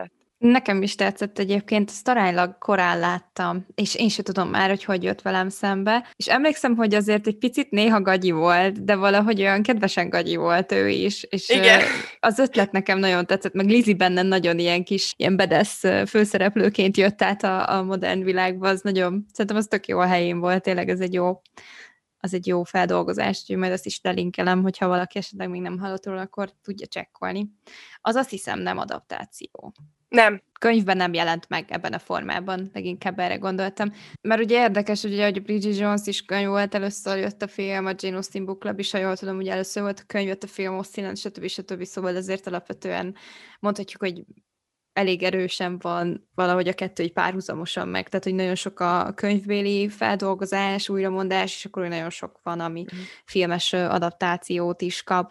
Nekem is tetszett egyébként, ezt aránylag korán láttam, és én sem tudom már, hogy hogy jött velem szembe. És emlékszem, hogy azért egy picit néha gagyi volt, de valahogy olyan kedvesen gagyi volt ő is, és Igen. az ötlet nekem nagyon tetszett, meg Lizzie benne nagyon ilyen kis, ilyen bedesz főszereplőként jött át a, a modern világba, az nagyon, szerintem az tök jó a helyén volt, tényleg ez egy jó, az egy jó feldolgozás, úgyhogy majd azt is lelinkelem, hogyha valaki esetleg még nem hallott róla, akkor tudja csekkolni. Az azt hiszem nem adaptáció. Nem. Könyvben nem jelent meg ebben a formában, leginkább erre gondoltam. Mert ugye érdekes, ugye, hogy Bridget Jones is könyv volt, először jött a film, a Jane Austen Book Club is, ha jól tudom, ugye először volt a könyv, jött a film, Austen, stb. stb. Szóval ezért alapvetően mondhatjuk, hogy elég erősen van valahogy a kettő így párhuzamosan meg, tehát hogy nagyon sok a könyvbéli feldolgozás, újramondás, és akkor nagyon sok van, ami mm. filmes adaptációt is kap.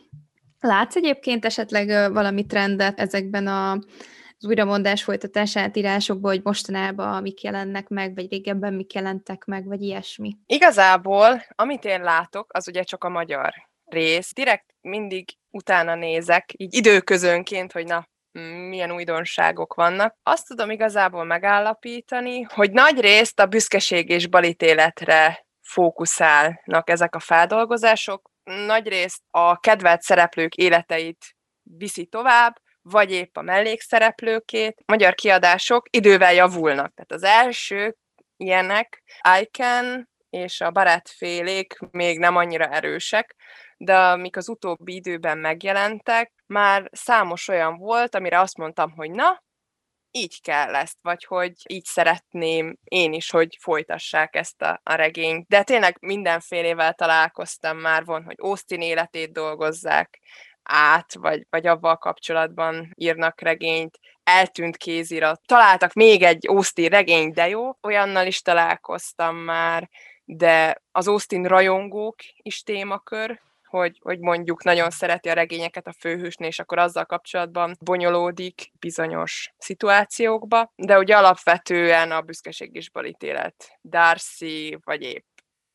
Látsz egyébként esetleg valami trendet ezekben a, az újramondás folytatás átírásokban, hogy mostanában mik jelennek meg, vagy régebben mik jelentek meg, vagy ilyesmi? Igazából, amit én látok, az ugye csak a magyar rész. Direkt mindig utána nézek, így időközönként, hogy na, milyen újdonságok vannak. Azt tudom igazából megállapítani, hogy nagy részt a büszkeség és balítéletre fókuszálnak ezek a feldolgozások, nagy részt a kedvelt szereplők életeit viszi tovább, vagy épp a mellékszereplőkét. Magyar kiadások idővel javulnak. Tehát az első ilyenek, I Can és a barátfélék még nem annyira erősek, de amik az utóbbi időben megjelentek, már számos olyan volt, amire azt mondtam, hogy na, így kell ezt, vagy hogy így szeretném én is, hogy folytassák ezt a, a regényt. De tényleg mindenfélével találkoztam már, van, hogy Austen életét dolgozzák át, vagy, vagy avval kapcsolatban írnak regényt, eltűnt kézirat, találtak még egy Austen regényt, de jó, olyannal is találkoztam már, de az Austen rajongók is témakör, hogy, hogy mondjuk nagyon szereti a regényeket a főhősnél, és akkor azzal kapcsolatban bonyolódik bizonyos szituációkba, de ugye alapvetően a büszkeség és balítélet Darcy, vagy épp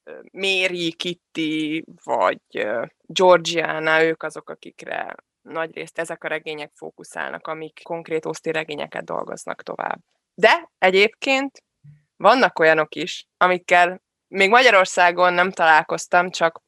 Mary, Kitty, vagy Georgiana, ők azok, akikre nagyrészt ezek a regények fókuszálnak, amik konkrét Austen regényeket dolgoznak tovább. De egyébként vannak olyanok is, amikkel még Magyarországon nem találkoztam, csak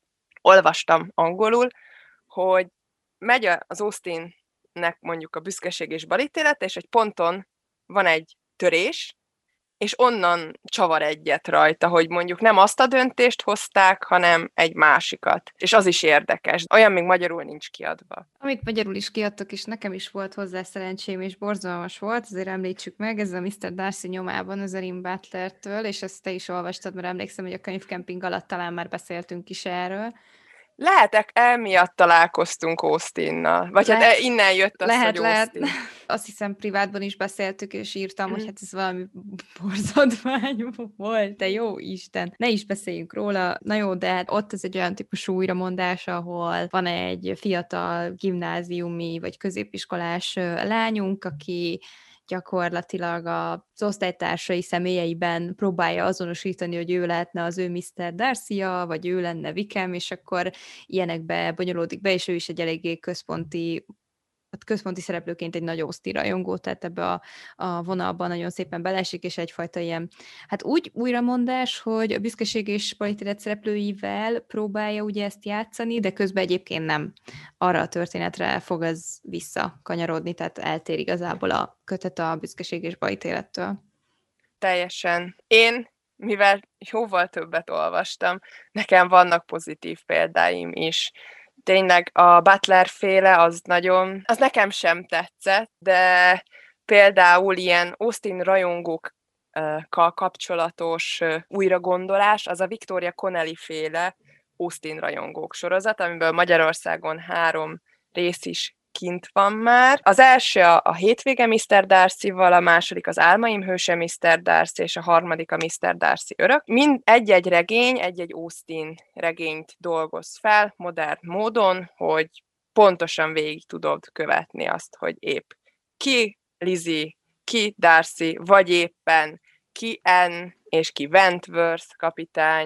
olvastam angolul, hogy megy az Austennek mondjuk a büszkeség és balítélet, és egy ponton van egy törés, és onnan csavar egyet rajta, hogy mondjuk nem azt a döntést hozták, hanem egy másikat. És az is érdekes. Olyan még magyarul nincs kiadva. Amit magyarul is kiadtak, és nekem is volt hozzá szerencsém, és borzalmas volt, azért említsük meg, ez a miszter Darcy nyomában az Erin Butlertől, és ezt te is olvastad, mert emlékszem, hogy a könyvkemping alatt talán már beszéltünk is erről. Lehetek, emiatt találkoztunk Austennal. Vagy lehet, hát innen jött az, lehet, hogy lehet. Austen. Azt hiszem, privátban is beszéltük, és írtam, mm. hogy hát ez valami borzadvány volt, de jó Isten. Ne is beszéljünk róla. Na jó, de hát ott ez egy olyan típusú újramondás, ahol van egy fiatal gimnáziumi vagy középiskolás lányunk, aki gyakorlatilag az osztálytársai személyeiben próbálja azonosítani, hogy ő lehetne az ő miszter Darcy-ja, vagy ő lenne Wickham, és akkor ilyenekbe bonyolódik be, és ő is egy eléggé központi központi szereplőként egy nagy Austen rajongó, tehát ebbe a, a vonalban nagyon szépen belesik, és egyfajta ilyen, hát úgy újramondás, hogy a büszkeség és balítélet szereplőivel próbálja ugye ezt játszani, de közben egyébként nem arra a történetre fog ez visszakanyarodni, tehát eltér igazából a kötet a büszkeség és balítélettől. Teljesen. Én, mivel jóval többet olvastam, nekem vannak pozitív példáim is. Tényleg a Butler féle az nagyon, az nekem sem tetszett, de például ilyen Austen rajongókkal kapcsolatos újragondolás, az a Victoria Connelly féle Austen rajongók sorozat, amiből Magyarországon három rész is kint van már. Az első a, a Hétvége miszter Darcy-val, a második az Álmaim hőse miszter Darcy, és a harmadik a miszter Darcy örök. Mind egy-egy regény, egy-egy Austen regényt dolgoz fel modern módon, hogy pontosan végig tudod követni azt, hogy épp ki Lizzie, ki Darcy, vagy éppen ki Anne, és ki Wentworth kapitány,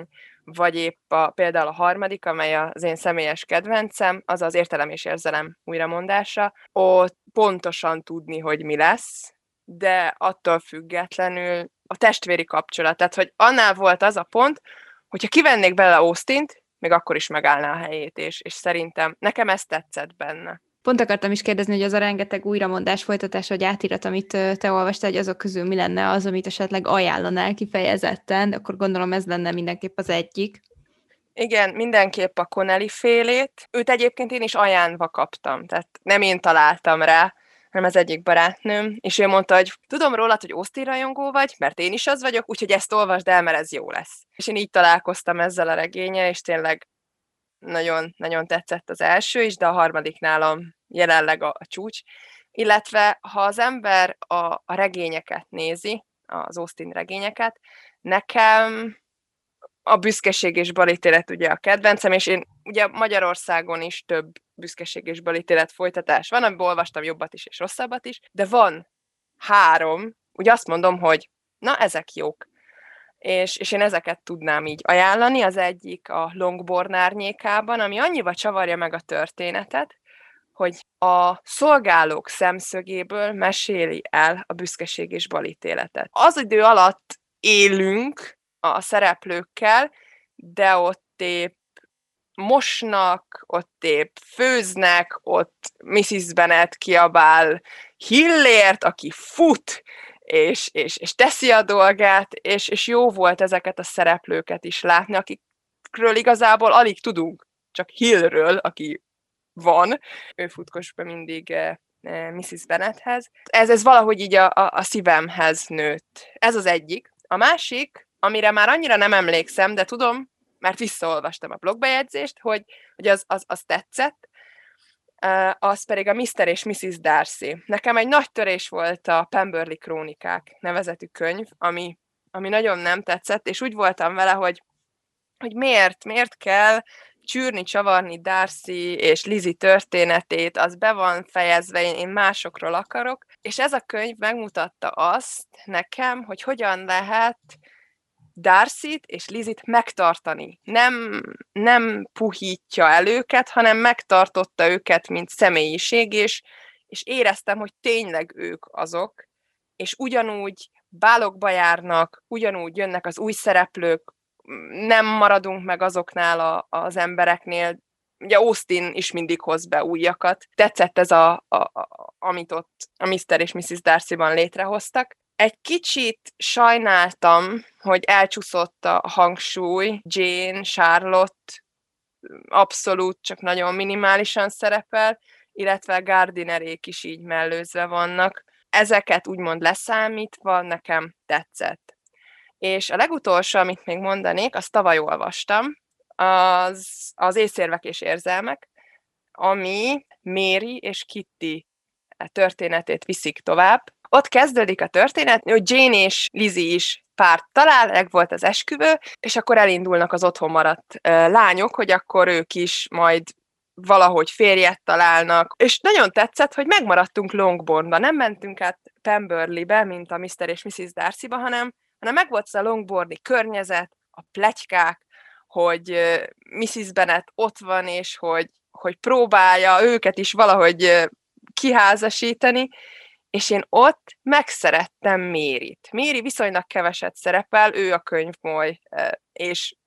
vagy épp a, például a harmadik, amely az én személyes kedvencem, az az Értelem és érzelem újramondása. Ott pontosan tudni, hogy mi lesz, de attól függetlenül a testvéri kapcsolat. Tehát, hogy annál volt az a pont, hogyha kivennék bele Austint, még akkor is megállná a helyét, és, és szerintem nekem ez tetszett benne. Pont akartam is kérdezni, hogy az a rengeteg újramondás, folytatás vagy átirat, amit te olvastál, hogy azok közül mi lenne az, amit esetleg ajánlanál kifejezetten, akkor gondolom ez lenne mindenképp az egyik. Igen, mindenképp a Connelly félét. Őt egyébként én is ajánlva kaptam, tehát nem én találtam rá, hanem az egyik barátnőm, és ő mondta, hogy tudom rólad, hogy Austin rajongó vagy, mert én is az vagyok, úgyhogy ezt olvasd el, mert ez jó lesz. És én így találkoztam ezzel a regénnyel, és tényleg nagyon, nagyon tetszett az első is, de a harmadik nálam jelenleg a, a csúcs. Illetve, ha az ember a, a regényeket nézi, az Austin regényeket, nekem a Büszkeség és balítélet ugye a kedvencem, és én ugye Magyarországon is több Büszkeség és balítélet folytatás van, amiből olvastam jobbat is és rosszabbat is, de van három, ugye azt mondom, hogy na, ezek jók. És, és én ezeket tudnám így ajánlani. Az egyik a Longborn árnyékában, ami annyiba csavarja meg a történetet, hogy a szolgálók szemszögéből meséli el a Büszkeség és balítéletet. Az idő alatt élünk a szereplőkkel, de ott épp mosnak, ott épp főznek, ott missziz Bennet kiabál Hillért, aki fut, és, és, és teszi a dolgát, és, és jó volt ezeket a szereplőket is látni, akikről igazából alig tudunk, csak Hillről, aki van, ő futkos be mindig eh, missziz Bennethez. Ez, ez valahogy így a, a, a szívemhez nőtt. Ez az egyik. A másik, amire már annyira nem emlékszem, de tudom, mert visszaolvastam a blogbejegyzést, hogy, hogy az, az, az tetszett, az pedig a miszter és missziz Darcy. Nekem egy nagy törés volt a Pemberley Krónikák nevezetű könyv, ami, ami nagyon nem tetszett, és úgy voltam vele, hogy, hogy miért, miért kell csűrni, csavarni Darcy és Lizzie történetét, az be van fejezve, én, én másokról akarok, és ez a könyv megmutatta azt nekem, hogy hogyan lehet Darcyt és Lizzie-t megtartani. Nem, nem puhítja el őket, hanem megtartotta őket, mint személyiség, és, és éreztem, hogy tényleg ők azok, és ugyanúgy bálokba járnak, ugyanúgy jönnek az új szereplők, nem maradunk meg azoknál a, az embereknél. Ugye Austin is mindig hoz be újakat. Tetszett ez, a, a, a, amit ott a miszter és missziz Darcyban létrehoztak. Egy kicsit sajnáltam, hogy elcsúszott a hangsúly, Jane, Charlotte abszolút csak nagyon minimálisan szerepel, illetve Gardinerék is így mellőzve vannak. Ezeket úgymond leszámítva nekem tetszett. És a legutolsó, amit még mondanék, azt tavaly olvastam, az, az Észérvek és érzelmek, ami Mary és Kitty történetét viszik tovább. Ott kezdődik a történet, hogy Jane és Lizzie is párt talál, meg volt az esküvő, és akkor elindulnak az otthon maradt lányok, hogy akkor ők is majd valahogy férjet találnak. És nagyon tetszett, hogy megmaradtunk Longbournban, nem mentünk át Pemberleybe, mint a miszter és missziz Darcyba, hanem, hanem meg volt az a longbourni környezet, a pletykák, hogy missziz Bennet ott van, és hogy, hogy próbálja őket is valahogy kiházasítani, és én ott megszerettem Mérit. Méri viszonylag keveset szerepel, ő a könyvmoly és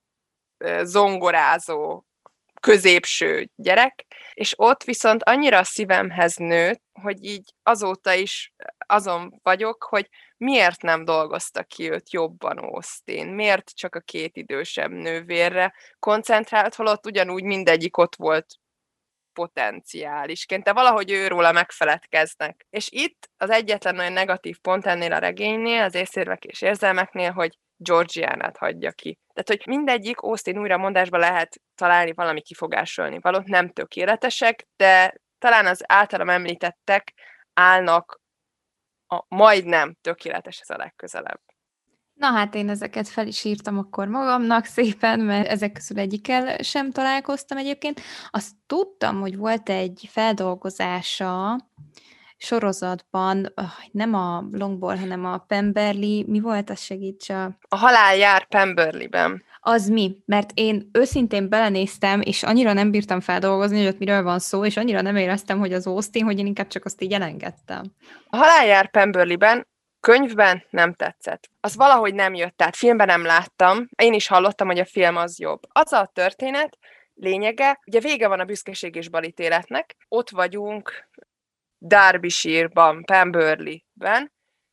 zongorázó középső gyerek, és ott viszont annyira a szívemhez nőtt, hogy így azóta is azon vagyok, hogy miért nem dolgozta ki őt jobban Austin, miért csak a két idősebb nővérre koncentrált, holott ugyanúgy mindegyik ott volt potenciálisként, de valahogy őróla megfeledkeznek. És itt az egyetlen olyan negatív pont ennél a regénynél, az Észérvek és érzelmeknél, hogy Georgiánát hagyja ki. Tehát, hogy mindegyik Austin újramondásban lehet találni valami kifogásolni valót, nem tökéletesek, de talán az általam említettek állnak a majdnem tökéleteshez a legközelebb. Na hát én ezeket fel is írtam akkor magamnak szépen, mert ezek közül egyikkel sem találkoztam egyébként. Azt tudtam, hogy volt egy feldolgozása sorozatban, nem a Longbourn, hanem a Pemberley, mi volt, az segíts a... A halál jár Pemberleyben. Az mi? Mert én őszintén belenéztem, és annyira nem bírtam feldolgozni, hogy ott miről van szó, és annyira nem éreztem, hogy az Austin, hogy én inkább csak azt így elengedtem. A Halál jár Pemberley-ben könyvben nem tetszett. Az valahogy nem jött, tehát filmben nem láttam. Én is hallottam, hogy a film az jobb. Az a történet lényege, ugye vége van a büszkeség és balítéletnek, ott vagyunk Derbyshire-ban, Pemberley-ben,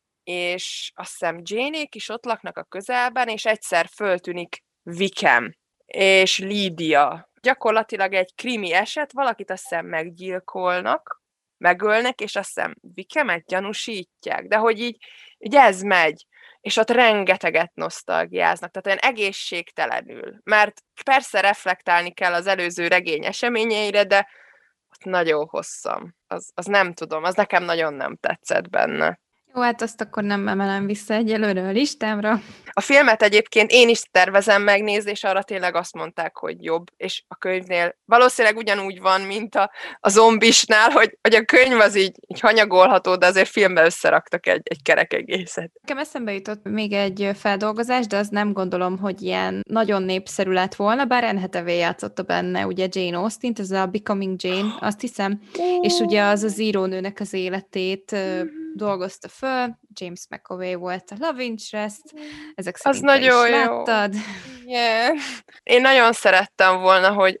és azt hiszem Jane-ék is ott laknak a közelben, és egyszer föltűnik Wickham és Lídia. Gyakorlatilag egy krimi eset, valakit azt hiszem meggyilkolnak, megölnek, és azt hiszem Wickhamet gyanúsítják, de hogy így, így ez megy, és ott rengeteget nosztalgiáznak, tehát olyan egészségtelenül, mert persze reflektálni kell az előző regény eseményeire, de ott nagyon hosszan, az, az nem tudom, az nekem nagyon nem tetszett benne. Jó, hát azt akkor nem emelem vissza egyelőre a listámra. A filmet egyébként én is tervezem megnézni, és arra tényleg azt mondták, hogy jobb, és a könyvnél valószínűleg ugyanúgy van, mint a, a zombisnál, hogy, hogy a könyv az így, így hanyagolható, de azért filmbe összeraktak egy, egy kerek egészet. Nekem eszembe jutott még egy feldolgozás, de az nem gondolom, hogy ilyen nagyon népszerű lett volna, bár Anne Hathaway játszotta benne, ugye Jane Austen-t, ez a Becoming Jane, azt hiszem, és ugye az az írónőnek az életét dolgozta föl, James McAvoy volt a love interest, ezek szerint az nagyon is jó. láttad. Yeah. Én nagyon szerettem volna, hogy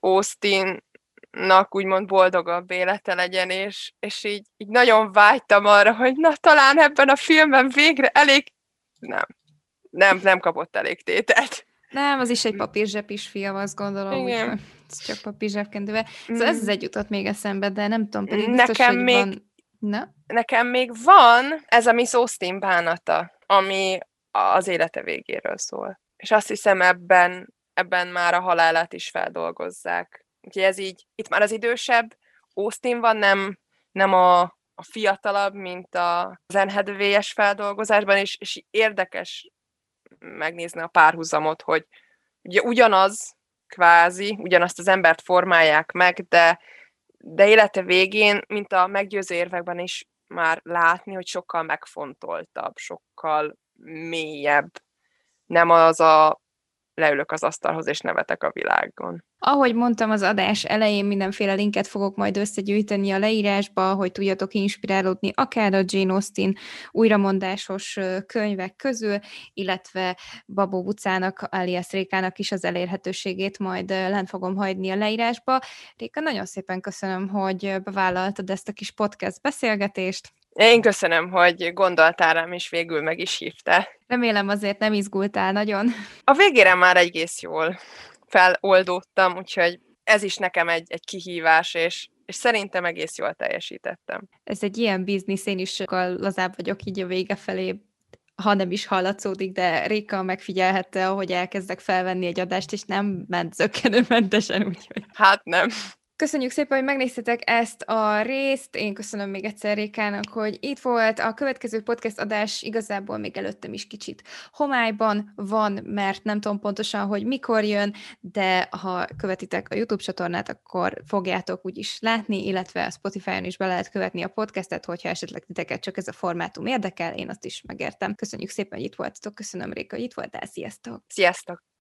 Austinnak úgymond boldogabb élete legyen, és, és így, így nagyon vágytam arra, hogy na talán ebben a filmben végre elég... Nem. Nem, nem kapott elég tételt. Nem, az is egy papírzsepis film, azt gondolom, úgyhogy ez csak papírzsepkendővel. Szóval ez az egy jutott még eszembe, de nem tudom, pedig biztos, nekem hogy még, van... Na? Nekem még van ez a Miss Austen bánata, ami az élete végéről szól. És azt hiszem ebben, ebben már a halálát is feldolgozzák. Úgyhogy ez így, itt már az idősebb Austen van, nem, nem a, a fiatalabb, mint a, az Anne Hathaway-es feldolgozásban, és, és érdekes megnézni a párhuzamot, hogy ugye ugyanaz, kvázi, ugyanazt az embert formálják meg, de, de élete végén, mint a meggyőző érvekben is már látni, hogy sokkal megfontoltabb, sokkal mélyebb. Nem az a leülök az asztalhoz és nevetek a világon. Ahogy mondtam az adás elején, mindenféle linket fogok majd összegyűjteni a leírásba, hogy tudjatok inspirálódni akár a Jane Austen újramondásos könyvek közül, illetve Babó Bucának, alias Rékának is az elérhetőségét majd lent fogom hagyni a leírásba. Réka, nagyon szépen köszönöm, hogy bevállaltad ezt a kis podcast beszélgetést. Én köszönöm, hogy gondoltál rám, és végül meg is hívtál. Remélem azért nem izgultál nagyon. A végére már egész jól feloldódtam, úgyhogy ez is nekem egy, egy kihívás, és, és szerintem egész jól teljesítettem. Ez egy ilyen biznisz, én is sokkal lazább vagyok így a vége felé, ha nem is hallatszódik, de Réka megfigyelhette, ahogy elkezdek felvenni egy adást, és nem ment zökkenőmentesen, úgyhogy... Hát nem. Köszönjük szépen, hogy megnéztétek ezt a részt. Én köszönöm még egyszer Rékának, hogy itt volt. A következő podcast adás igazából még előttem is kicsit homályban van, mert nem tudom pontosan, hogy mikor jön, de ha követitek a YouTube csatornát, akkor fogjátok úgyis látni, illetve a Spotify-on is be lehet követni a podcastet, hogyha esetleg titeket csak ez a formátum érdekel, én azt is megértem. Köszönjük szépen, hogy itt voltatok. Köszönöm, Réka, hogy itt voltál. Sziasztok! Sziasztok!